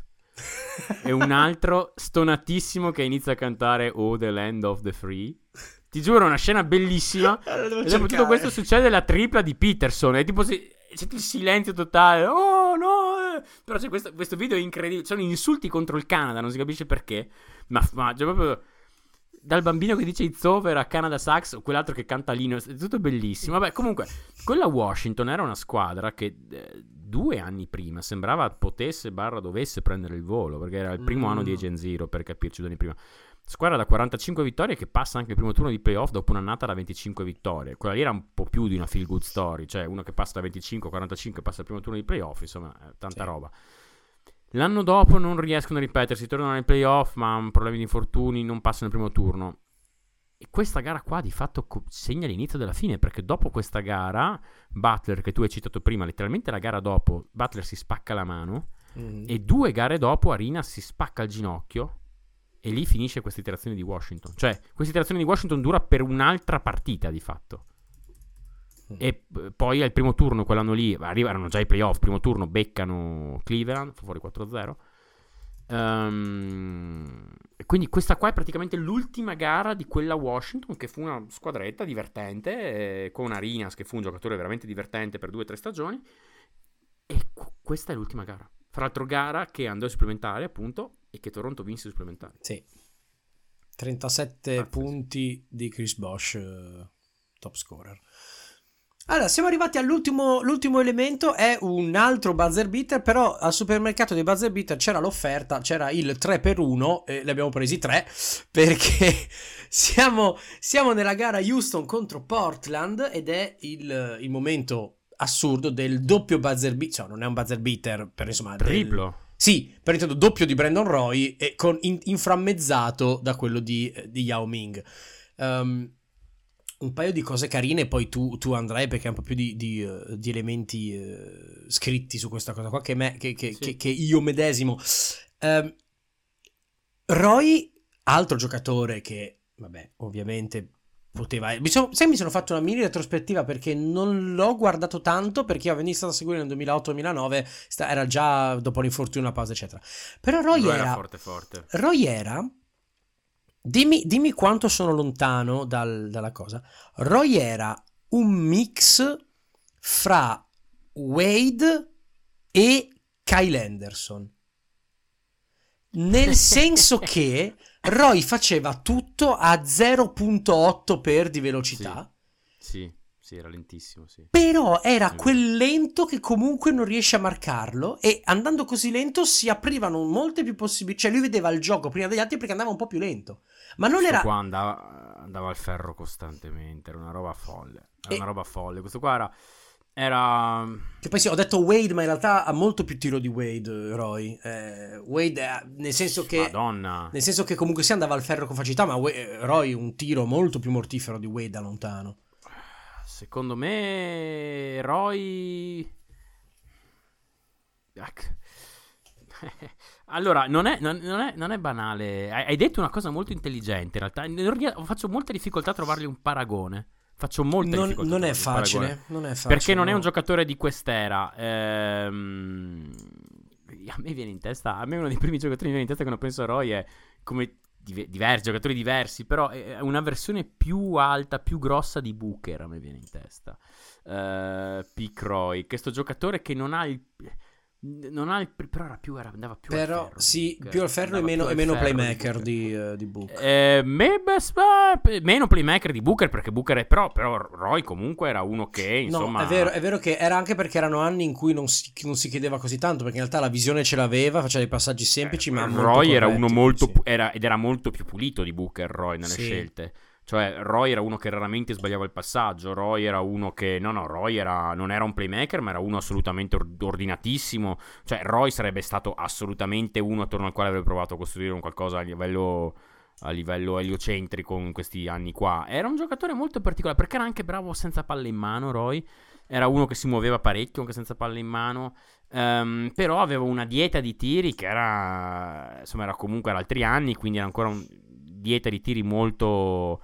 E un altro stonatissimo che inizia a cantare Oh, the land of the free. Ti giuro, è una scena bellissima. Allora, devo E dopo tutto cercare. questo succede la tripla di Peterson. E tipo si- c'è il silenzio totale. Oh no! eh. Però c'è questo, questo video è incredibile. Ci sono insulti contro il Canada, non si capisce perché. Ma, ma c'è proprio dal bambino che dice It's over a Canada Sucks o quell'altro che canta l'ino. È tutto bellissimo. Vabbè, comunque, quella Washington era una squadra che eh, due anni prima sembrava potesse barra dovesse prendere il volo, perché era il primo Mm. anno di Agent Zero, per capirci, due anni prima. Squadra da quarantacinque vittorie che passa anche il primo turno di playoff dopo un'annata da venticinque vittorie. Quella lì era un po' più di una feel good story, cioè uno che passa da venticinque a quarantacinque passa il primo turno di playoff, insomma, eh, tanta Sì. roba. L'anno dopo non riescono a ripetersi, tornano nei playoff, ma hanno problemi di infortuni, non passano il primo turno. E questa gara qua di fatto co- segna l'inizio della fine, perché dopo questa gara Butler, che tu hai citato prima, letteralmente la gara dopo Butler si spacca la mano Mm. e due gare dopo Arenas si spacca il ginocchio. E lì finisce questa iterazione di Washington. Cioè, questa iterazione di Washington dura per un'altra partita, di fatto. Mm. E eh, poi al primo turno, quell'anno lì, arrivano già i playoff, primo turno, beccano Cleveland, fa fuori quattro a zero. Ehm, e quindi questa qua è praticamente l'ultima gara di quella Washington, che fu una squadretta divertente, eh, con Arenas, che fu un giocatore veramente divertente per due o tre stagioni. E qu- questa è l'ultima gara. Fra l'altro gara che andò ai supplementari, appunto, e che Toronto vinse i supplementari. Sì. trentasette Pazzesco. punti di Chris Bosh, eh, top scorer. Allora, siamo arrivati all'ultimo l'ultimo elemento, è un altro buzzer beater, però al supermercato dei buzzer beater c'era l'offerta, c'era il tre per uno e ne abbiamo presi tre perché siamo, siamo nella gara Houston contro Portland ed è il, il momento assurdo del doppio buzzer beater, cioè non è un buzzer beater, per insomma... del- Triplo. Sì, per intendo doppio di Brandon Roy e con in- inframmezzato da quello di, di Yao Ming. Um, un paio di cose carine, poi tu, tu andrai perché hai un po' più di, di, uh, di elementi uh, scritti su questa cosa qua che, me, che, che, Sì. che, che io medesimo. Um, Roy, altro giocatore che, vabbè, ovviamente poteva... Mi sono, sai, mi sono fatto una mini retrospettiva perché non l'ho guardato tanto perché avevo iniziato a seguire nel duemilaotto duemilanove, sta- era già dopo l'infortunio, una pausa, eccetera. Però Roy Roy era... era forte forte. Roy era... Dimmi, dimmi quanto sono lontano dal- dalla cosa. Roy era un mix fra Wade e Kyle Anderson. Nel senso che Roy faceva tutto a zero virgola otto per di velocità. Sì, sì, sì, era lentissimo, sì. Però era È quel lento che comunque non riesce a marcarlo, e andando così lento si aprivano molte più possibilità. Cioè lui vedeva il gioco prima degli altri perché andava un po' più lento. Ma non Questo era... qua andava, andava al ferro costantemente, era una roba folle. Era E- una roba folle. Questo qua era... era... Che poi sì, ho detto Wade, ma in realtà ha molto più tiro di Wade, Roy. Eh, Wade, è- nel senso che... Madonna. Nel senso che comunque si andava al ferro con facilità, ma Wa- eh, Roy un tiro molto più mortifero di Wade da lontano. Secondo me Roy... Ec- Allora, non è, non, non è, non è banale. Hai, hai detto una cosa molto intelligente, in realtà. Non ries- Faccio molta difficoltà a trovargli un paragone. Faccio molta Non, difficoltà non a è trovargli un paragone. facile, non è facile. Perché non è no. un giocatore di quest'era. Ehm, a me viene in testa. A me uno dei primi giocatori che viene in testa quando penso a Roy è come div- diversi giocatori diversi. Però è una versione più alta, più grossa di Booker. A me viene in testa. Uh, Pick Roy. Questo giocatore che non ha il. Non ha il. Però era più, era, andava più Però al ferro. sì, Booker. più al ferro e Andava meno, più e al meno ferro playmaker Booker. di, eh, di Book. Eh, me- beh, sp- meno playmaker di Booker, perché Booker è però, però Roy comunque era uno che insomma No, è vero, è vero che era anche perché erano anni in cui non si, non si chiedeva così tanto, perché in realtà la visione ce l'aveva, faceva dei passaggi semplici, eh, ma molto Roy era corretti, uno molto sì. pu- era, ed era molto più pulito di Booker Roy nelle Sì. scelte. Cioè Roy era uno che raramente sbagliava il passaggio. Roy era uno che no no Roy era, non era un playmaker, ma era uno assolutamente or- ordinatissimo. Cioè Roy sarebbe stato assolutamente uno attorno al quale avrebbe provato a costruire un qualcosa a livello a livello eliocentrico in questi anni qua. Era un giocatore molto particolare perché era anche bravo senza palle in mano. Roy era uno che si muoveva parecchio anche senza palle in mano. Um, però aveva una dieta di tiri che era insomma era comunque era altri anni, quindi era ancora un dieta di tiri molto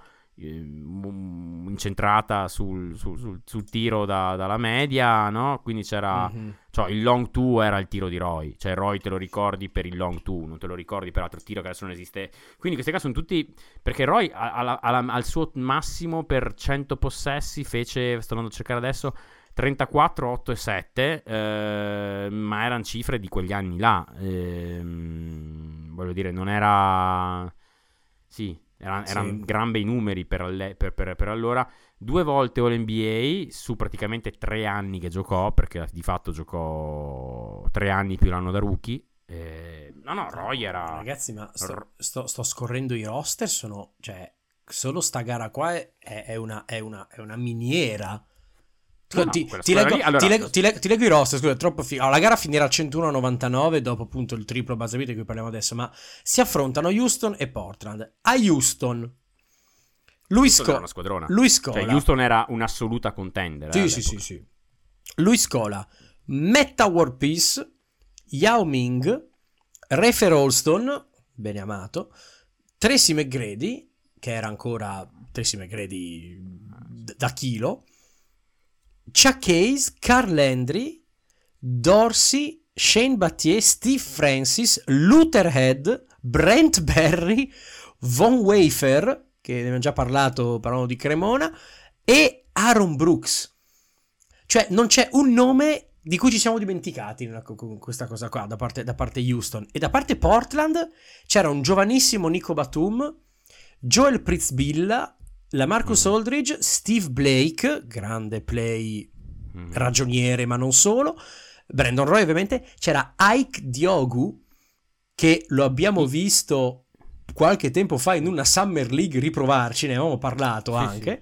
incentrata sul, sul, sul, sul tiro da, dalla media, no? Quindi c'era Mm-hmm. cioè il long two era il tiro di Roy, cioè Roy te lo ricordi per il long two, non te lo ricordi per altro tiro che adesso non esiste. Quindi questi qua sono tutti perché Roy alla, alla, al suo massimo per cento possessi fece, sto andando a cercare adesso, trentaquattro, otto e sette, eh, ma erano cifre di quegli anni là, eh, voglio dire non era sì erano eran Sì. gran bei numeri per, alle, per, per, per allora. Due volte All N B A su praticamente tre anni che giocò, perché di fatto giocò tre anni più l'anno da rookie. Eh, no, no, Roy era... Ragazzi, ma sto, sto, sto scorrendo i roster, sono... Cioè, solo sta gara qua è, è, una, è, una, è una miniera. No, no, ti, quella ti, squadra leggo, lì, allora- ti, leggo, ti, leggo, ti leggo i roster, scusa, è troppo figo. Allora, la gara finirà a centouno a novantanove dopo appunto il triplo buzzer beater di cui parliamo adesso, ma si affrontano Houston e Portland. A Houston lui, Houston era sco- una squadrona. lui scola. Cioè Houston era un'assoluta contender. Sì, eh, sì, sì, all'epoca. sì. Lui scola Metta World Peace, Yao Ming, Rafer Alston, bene amato, Tracy McGrady, che era ancora Tracy McGrady d- da chilo, Chuck Hayes, Carl Landry, Dorsey, Shane Battier, Steve Francis, Luther Head, Brent Berry, Von Wafer, che ne abbiamo già parlato, parlando di Cremona, e Aaron Brooks. Cioè non c'è un nome di cui ci siamo dimenticati nella, con questa cosa qua da parte, da parte Houston. E da parte Portland c'era un giovanissimo Nico Batum, Joel Pritzbilla, la Marcus Mm. Aldridge, Steve Blake, grande play Mm. ragioniere ma non solo, Brandon Roy ovviamente, c'era Ike Diogu, che lo abbiamo visto qualche tempo fa in una Summer League riprovarci, ne avevamo parlato Sì, anche.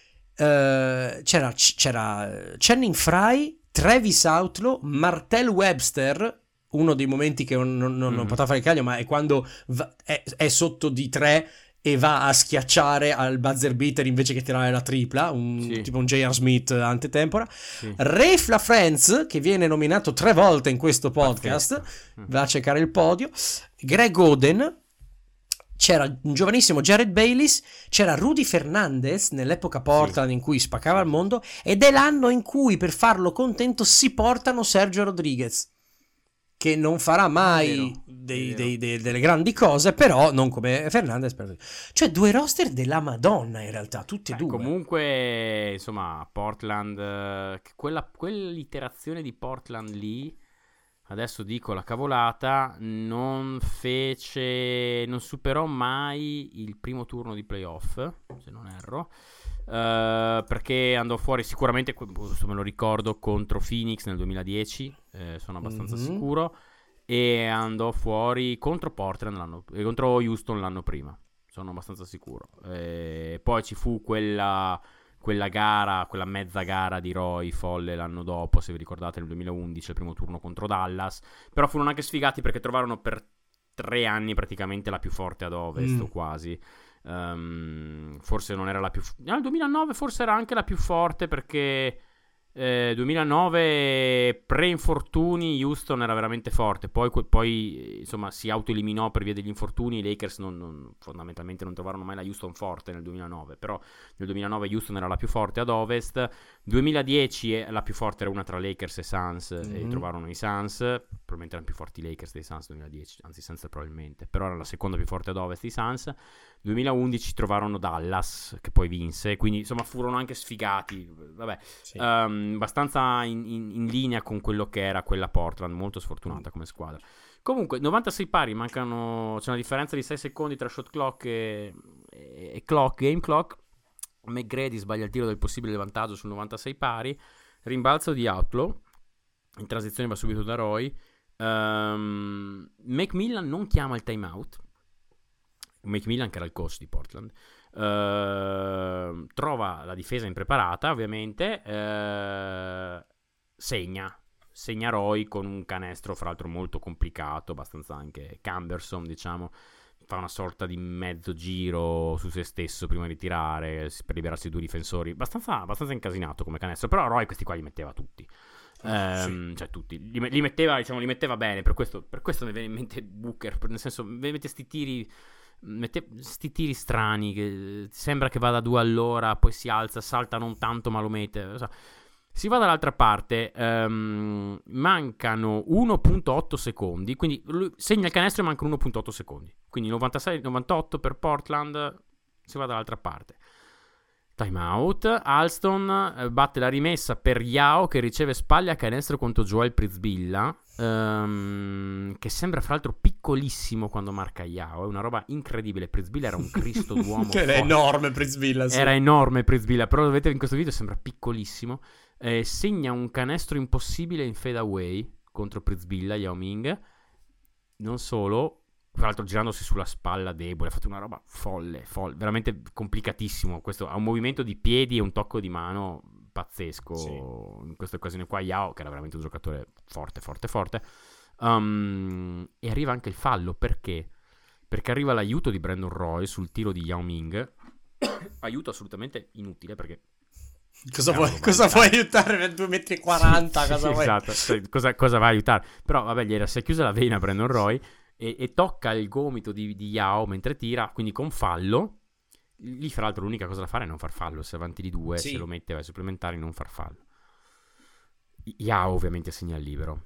Uh, c'era, c'era Channing Frye, Travis Outlaw, Martell Webster, uno dei momenti che non, non, non Mhm. poteva fare il caglio, ma è quando va- è, è sotto di tre e va a schiacciare al buzzer beater invece che tirare la tripla, un, Sì. tipo un J R. Smith antetempora. Sì. Rafe LaFrance, che viene nominato tre volte in questo podcast, Pazzesco. va a cercare il podio. Greg Oden, c'era un giovanissimo Jared Bayliss, c'era Rudy Fernandez nell'epoca Portland in cui spaccava il mondo, ed è l'anno in cui per farlo contento si portano Sergio Rodriguez, che non farà mai È vero, dei- è dei- dei- delle grandi cose, però non come Fernandez. Per... Cioè due roster della Madonna in realtà, tutti e Beh, due. comunque, insomma, Portland, eh, quella, quell'iterazione di Portland lì, adesso dico la cavolata, non fece, non superò mai il primo turno di playoff, se non erro. Uh, perché andò fuori sicuramente, questo me lo ricordo, contro Phoenix nel duemiladieci, eh, sono abbastanza Mhm. sicuro, e andò fuori contro Portland l'anno, eh, contro Houston l'anno prima, sono abbastanza sicuro. E poi ci fu quella, quella gara, quella mezza gara di Roy folle l'anno dopo, se vi ricordate, nel duemilaundici, il primo turno contro Dallas, però furono anche sfigati perché trovarono per tre anni praticamente la più forte ad ovest, Mm. o quasi. Um, forse non era la più. Nel duemilanove forse era anche la più forte, perché eh, duemilanove pre-infortuni Houston era veramente forte. Poi, poi insomma si autoeliminò per via degli infortuni. I Lakers non, non, fondamentalmente non trovarono mai la Houston forte nel duemilanove. Però nel duemilanove Houston era la più forte ad ovest. duemiladieci la più forte era una tra Lakers e Suns, mm-hmm. e trovarono i Suns. Probabilmente erano più forti i Lakers dei Suns duemiladieci, anzi i Suns probabilmente, però era la seconda più forte ad ovest i Suns. duemilaundici trovarono Dallas, che poi vinse, quindi insomma furono anche sfigati, vabbè, sì. um, abbastanza in, in, in linea con quello che era quella Portland, molto sfortunata come squadra. Comunque novantasei pari, mancano, c'è una differenza di sei secondi tra shot clock e, e, e clock, game clock. McGrady sbaglia il tiro del possibile vantaggio sul novantasei pari, rimbalzo di Outlaw, in transizione va subito da Roy. um, McMillan non chiama il timeout. McMillan, che era il coach di Portland, uh, trova la difesa impreparata, ovviamente, uh, segna segna Roy con un canestro fra l'altro molto complicato, abbastanza anche cumbersome, diciamo. Fa una sorta di mezzo giro su se stesso prima di tirare per liberarsi due difensori, abbastanza, abbastanza incasinato come canestro, però Roy questi qua li metteva tutti. Um, sì. Cioè tutti li, li metteva, diciamo, li metteva bene. Per questo, per questo mi viene in mente Booker, nel senso, mette sti tiri mette sti tiri strani che sembra che vada a due all'ora, poi si alza, salta non tanto ma lo mette. Si va dall'altra parte, um, mancano uno virgola otto secondi, quindi lui segna il canestro e mancano uno virgola otto secondi, quindi novantasei novantotto per Portland. Si va dall'altra parte, timeout. Alston eh, batte la rimessa per Yao, che riceve spalle a canestro contro Joel Prizbilla, um, che sembra fra l'altro piccolissimo quando marca Yao, è una roba incredibile. Prizbilla era un Cristo d'uomo. Era enorme Prizbilla, sì. Era enorme Prizbilla, però lo vedete in questo video, sembra piccolissimo. Eh, segna un canestro impossibile in fade away contro Prizbilla, Yao Ming. Non solo, tra l'altro girandosi sulla spalla debole, ha fatto una roba folle, folle, veramente complicatissimo. Questo ha un movimento di piedi e un tocco di mano pazzesco, sì. In questa occasione qua Yao, che era veramente un giocatore forte, forte, forte. Um, e arriva anche il fallo, perché? Perché arriva l'aiuto di Brandon Roy sul tiro di Yao Ming. Aiuto assolutamente inutile, perché Cosa vuoi, cosa vuoi aiutare per due metri e quaranta? Sì, cosa sì, vuoi? esatto, cioè, cosa, cosa va a aiutare? Però vabbè, gli era, si è chiusa la vena Brandon Roy e, e tocca il gomito di, di Yao mentre tira, quindi con fallo. Lì fra l'altro l'unica cosa da fare è non far fallo, se avanti di due, sì. Se lo mette vai supplementari, non far fallo. Yao ovviamente segna il libero.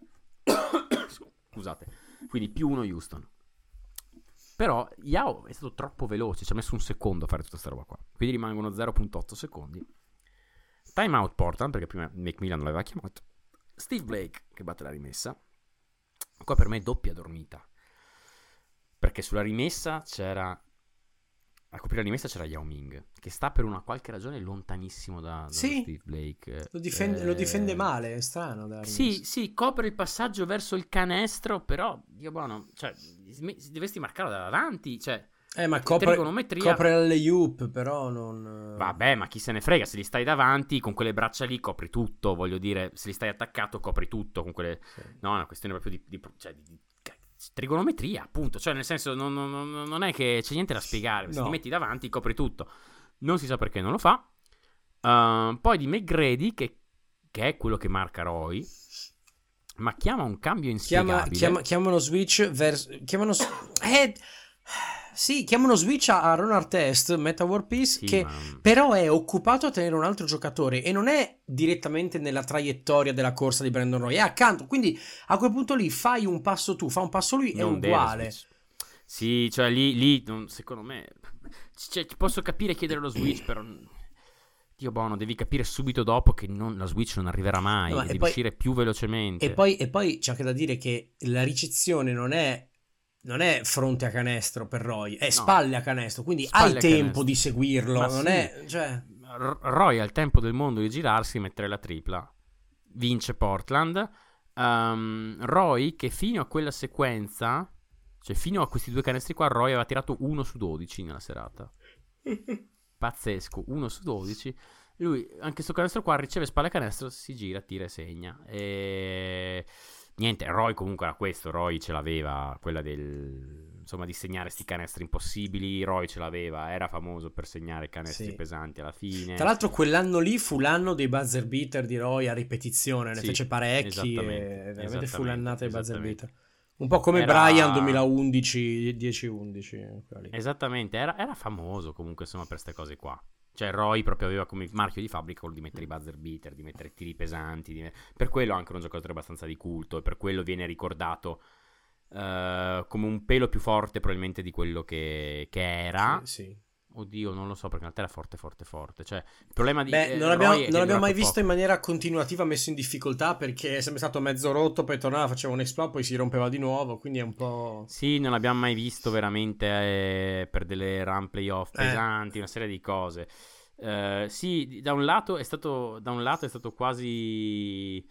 Scusate. Quindi più uno Houston. Però Yao è stato troppo veloce, ci ha messo un secondo a fare tutta questa roba qua, quindi rimangono zero virgola otto secondi. Timeout Portland, perché prima McMillan non l'aveva chiamato. Steve Blake che batte la rimessa. Qua per me è doppia dormita, perché sulla rimessa c'era, a coprire la rimessa c'era Yao Ming, che sta per una qualche ragione lontanissimo da, da sì, Steve Blake. Lo difende, eh, lo difende male, è strano. Sì, sì, copre il passaggio verso il canestro, però Dio buono, cioè dovresti marcarlo da davanti, cioè Eh, ma copre, copre l'alley-oop, però non... Vabbè, ma chi se ne frega, se li stai davanti, con quelle braccia lì copri tutto, voglio dire, se li stai attaccato copri tutto, con quelle... Sì. No, è una questione proprio di... di, cioè, di, di trigonometria, appunto, cioè nel senso non, non, non è che c'è niente da spiegare, se no. Ti metti davanti copri tutto. Non si sa perché non lo fa. Uh, poi di McGrady, che, che è quello che marca Roy, ma chiama un cambio inspiegabile. Chiama, chiama, chiama uno switch verso... Chiamano... Eh... Sì, chiamano switch a Ron Artest, Meta War Peace, sì, che ma... però è occupato a tenere un altro giocatore e non è direttamente nella traiettoria della corsa di Brandon Roy, è accanto, quindi a quel punto lì fai un passo tu, fa un passo lui, non è uguale. Sì, cioè lì, lì secondo me, cioè, posso capire chiedere lo switch, però Dio buono, devi capire subito dopo che non, la switch non arriverà mai, no, devi poi, uscire più velocemente. E poi, e poi c'è anche da dire che la ricezione non è non è fronte a canestro per Roy, è No. spalle a canestro, quindi Spalle hai a tempo canestro. di seguirlo, Ma non sì. è, cioè... R- Roy ha il tempo del mondo di girarsi e mettere la tripla. Vince Portland. Um, Roy che fino a quella sequenza, cioè fino a questi due canestri qua, Roy aveva tirato uno su dodici nella serata. Pazzesco, uno su dodici. Lui anche sto canestro qua riceve spalle a canestro, si gira, tira e segna. E... niente, Roy comunque era questo. Roy ce l'aveva, quella del... insomma, di segnare sti canestri impossibili. Roy ce l'aveva, era famoso per segnare canestri Sì. pesanti alla fine. Tra l'altro quell'anno lì fu l'anno dei buzzer beater di Roy a ripetizione, ne Sì, fece parecchi esattamente, e veramente fu esattamente, l'annata dei buzzer esattamente. beater. Un po' come Era- Brian duemilaundici, dieci undici. quella lì. Esattamente, era, era famoso comunque insomma per queste cose qua. Cioè Roy proprio aveva come marchio di fabbrica quello di mettere i buzzer beater, di mettere tiri pesanti, di... per quello anche un giocatore abbastanza di culto e per quello viene ricordato eh, come un pelo più forte probabilmente di quello che, che era. Sì, sì. Oddio, non lo so, perché in realtà era forte forte forte. Cioè il problema di Beh, eh, non Roy l'abbiamo, è che non è l'abbiamo mai durato visto in poco. maniera continuativa messo in difficoltà perché è sempre stato mezzo rotto, poi tornava, faceva un exploit, poi si rompeva di nuovo, quindi è un po'... Sì, non l'abbiamo mai visto veramente eh, per delle run playoff Eh. pesanti, una serie di cose. Eh, sì, da un lato è stato, da un lato è stato quasi,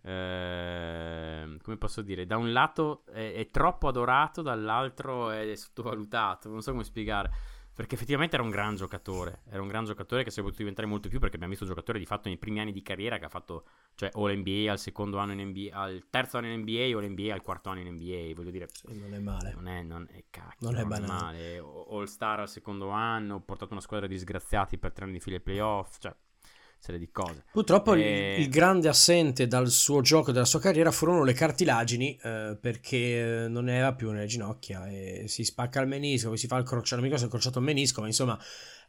eh, come posso dire, da un lato è, è troppo adorato, dall'altro è sottovalutato, non so come spiegare. Perché effettivamente era un gran giocatore. Era un gran giocatore che sarebbe potuto diventare molto più. Perché abbiamo visto un giocatore di fatto nei primi anni di carriera che ha fatto, cioè, All N B A al secondo anno in N B A, al terzo anno in N B A, o l'N B A al quarto anno in N B A. Voglio dire, Non è male. non è, non è cacchio, Non è non è banale. male. All Star al secondo anno, ho portato una squadra di disgraziati per tre anni di fila ai playoff. Cioè, serie di cose. Purtroppo il- E- il, grande assente dal suo gioco e dalla sua carriera furono le cartilagini, eh, perché eh, non ne aveva più nelle ginocchia e si spacca il menisco, poi si fa il crociato, non mi ricordo se è crociato il menisco, ma insomma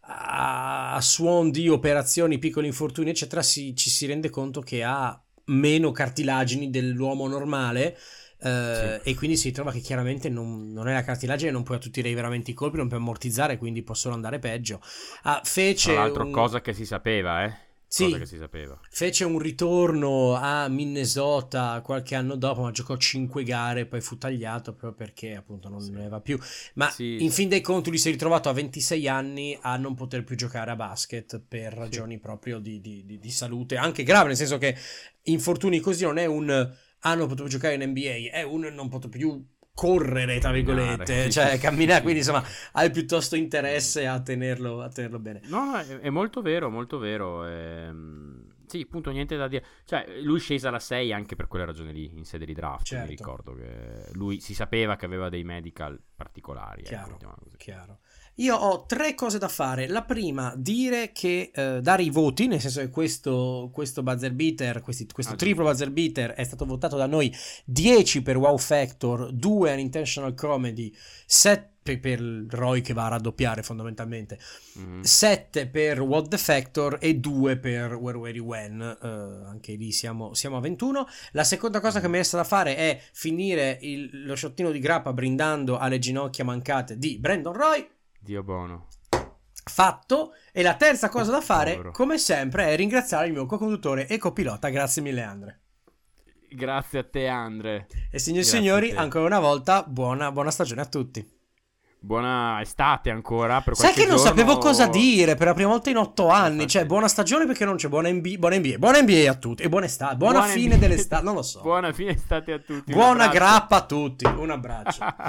a, a suon di operazioni, piccoli infortuni eccetera si, ci si rende conto che ha meno cartilagini dell'uomo normale. eh, Sì. E quindi si trova che chiaramente non, non è la cartilagine, non puoi attuare veramente i colpi, non puoi ammortizzare, quindi può solo andare peggio. Ah, fece Tra l'altro, un- cosa che si sapeva, eh? Sì. Cosa che si sapeva. Fece un ritorno a Minnesota qualche anno dopo, ma giocò cinque gare, poi fu tagliato proprio perché appunto non Sì. ne aveva più. Ma Sì, in sì. fin dei conti lui si è ritrovato a ventisei anni a non poter più giocare a basket per ragioni proprio di, di- di- di salute, anche grave, nel senso che infortuni così non è un ah non potevo giocare in N B A, è un non potevo più correre, tra virgolette, Camminare, sì, cioè sì, camminare, sì, quindi sì. insomma hai piuttosto interesse a tenerlo, a tenerlo bene. No, no, è, è molto vero, molto vero. ehm, Sì, appunto, niente da dire. Cioè, lui scese alla sei anche per quelle ragioni lì, in sede di draft. Certo. Mi ricordo che lui si sapeva che aveva dei medical particolari. ecco, Chiaro, mettiamola così. chiaro. Io ho tre cose da fare. La prima, dire che eh, dare i voti, nel senso che questo, questo buzzer beater, questi- questo Ah, triplo buzzer beater è stato votato da noi dieci per Wow Factor, due Unintentional Comedy, sette per Roy che va a raddoppiare fondamentalmente, Mhm. sette per What the Factor e due per Where Were You When. Eh, anche lì siamo, siamo a ventuno. La seconda cosa che mi resta da fare è finire il- lo sciottino di grappa brindando alle ginocchia mancate di Brandon Roy. Dio buono. Fatto. E la terza cosa da fare, Povero. come sempre, è ringraziare il mio co-conduttore e copilota. Grazie mille, Andre. Grazie a te, Andre. E signori e Grazie signori, a te. ancora una volta, buona, buona stagione a tutti. Buona estate ancora. Per Sai qualche che non giorno- sapevo cosa dire per la prima volta in otto anni. Infatti. Cioè, buona stagione perché non c'è buona N B A. Buona N B A, buona N B A a tutti. E buona estate. Buona, Buona fine N B A. dell'estate. Non lo so. Buona fine estate a tutti. un Buona abbraccio. grappa a tutti. Un abbraccio. Ciao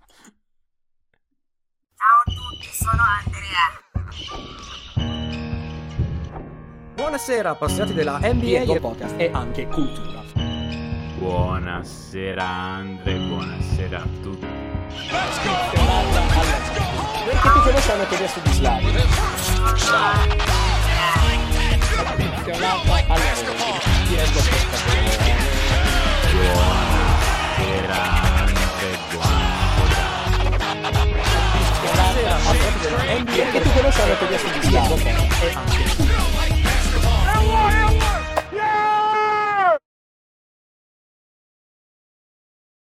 a tutti, sono Andrea. Buonasera appassionati della N B A podcast e anche cultura. Buonasera, Andre. Buonasera a tutti. Perché ti conosciamo che adesso di Slavi. Allora, ti rendo questa. Buonasera.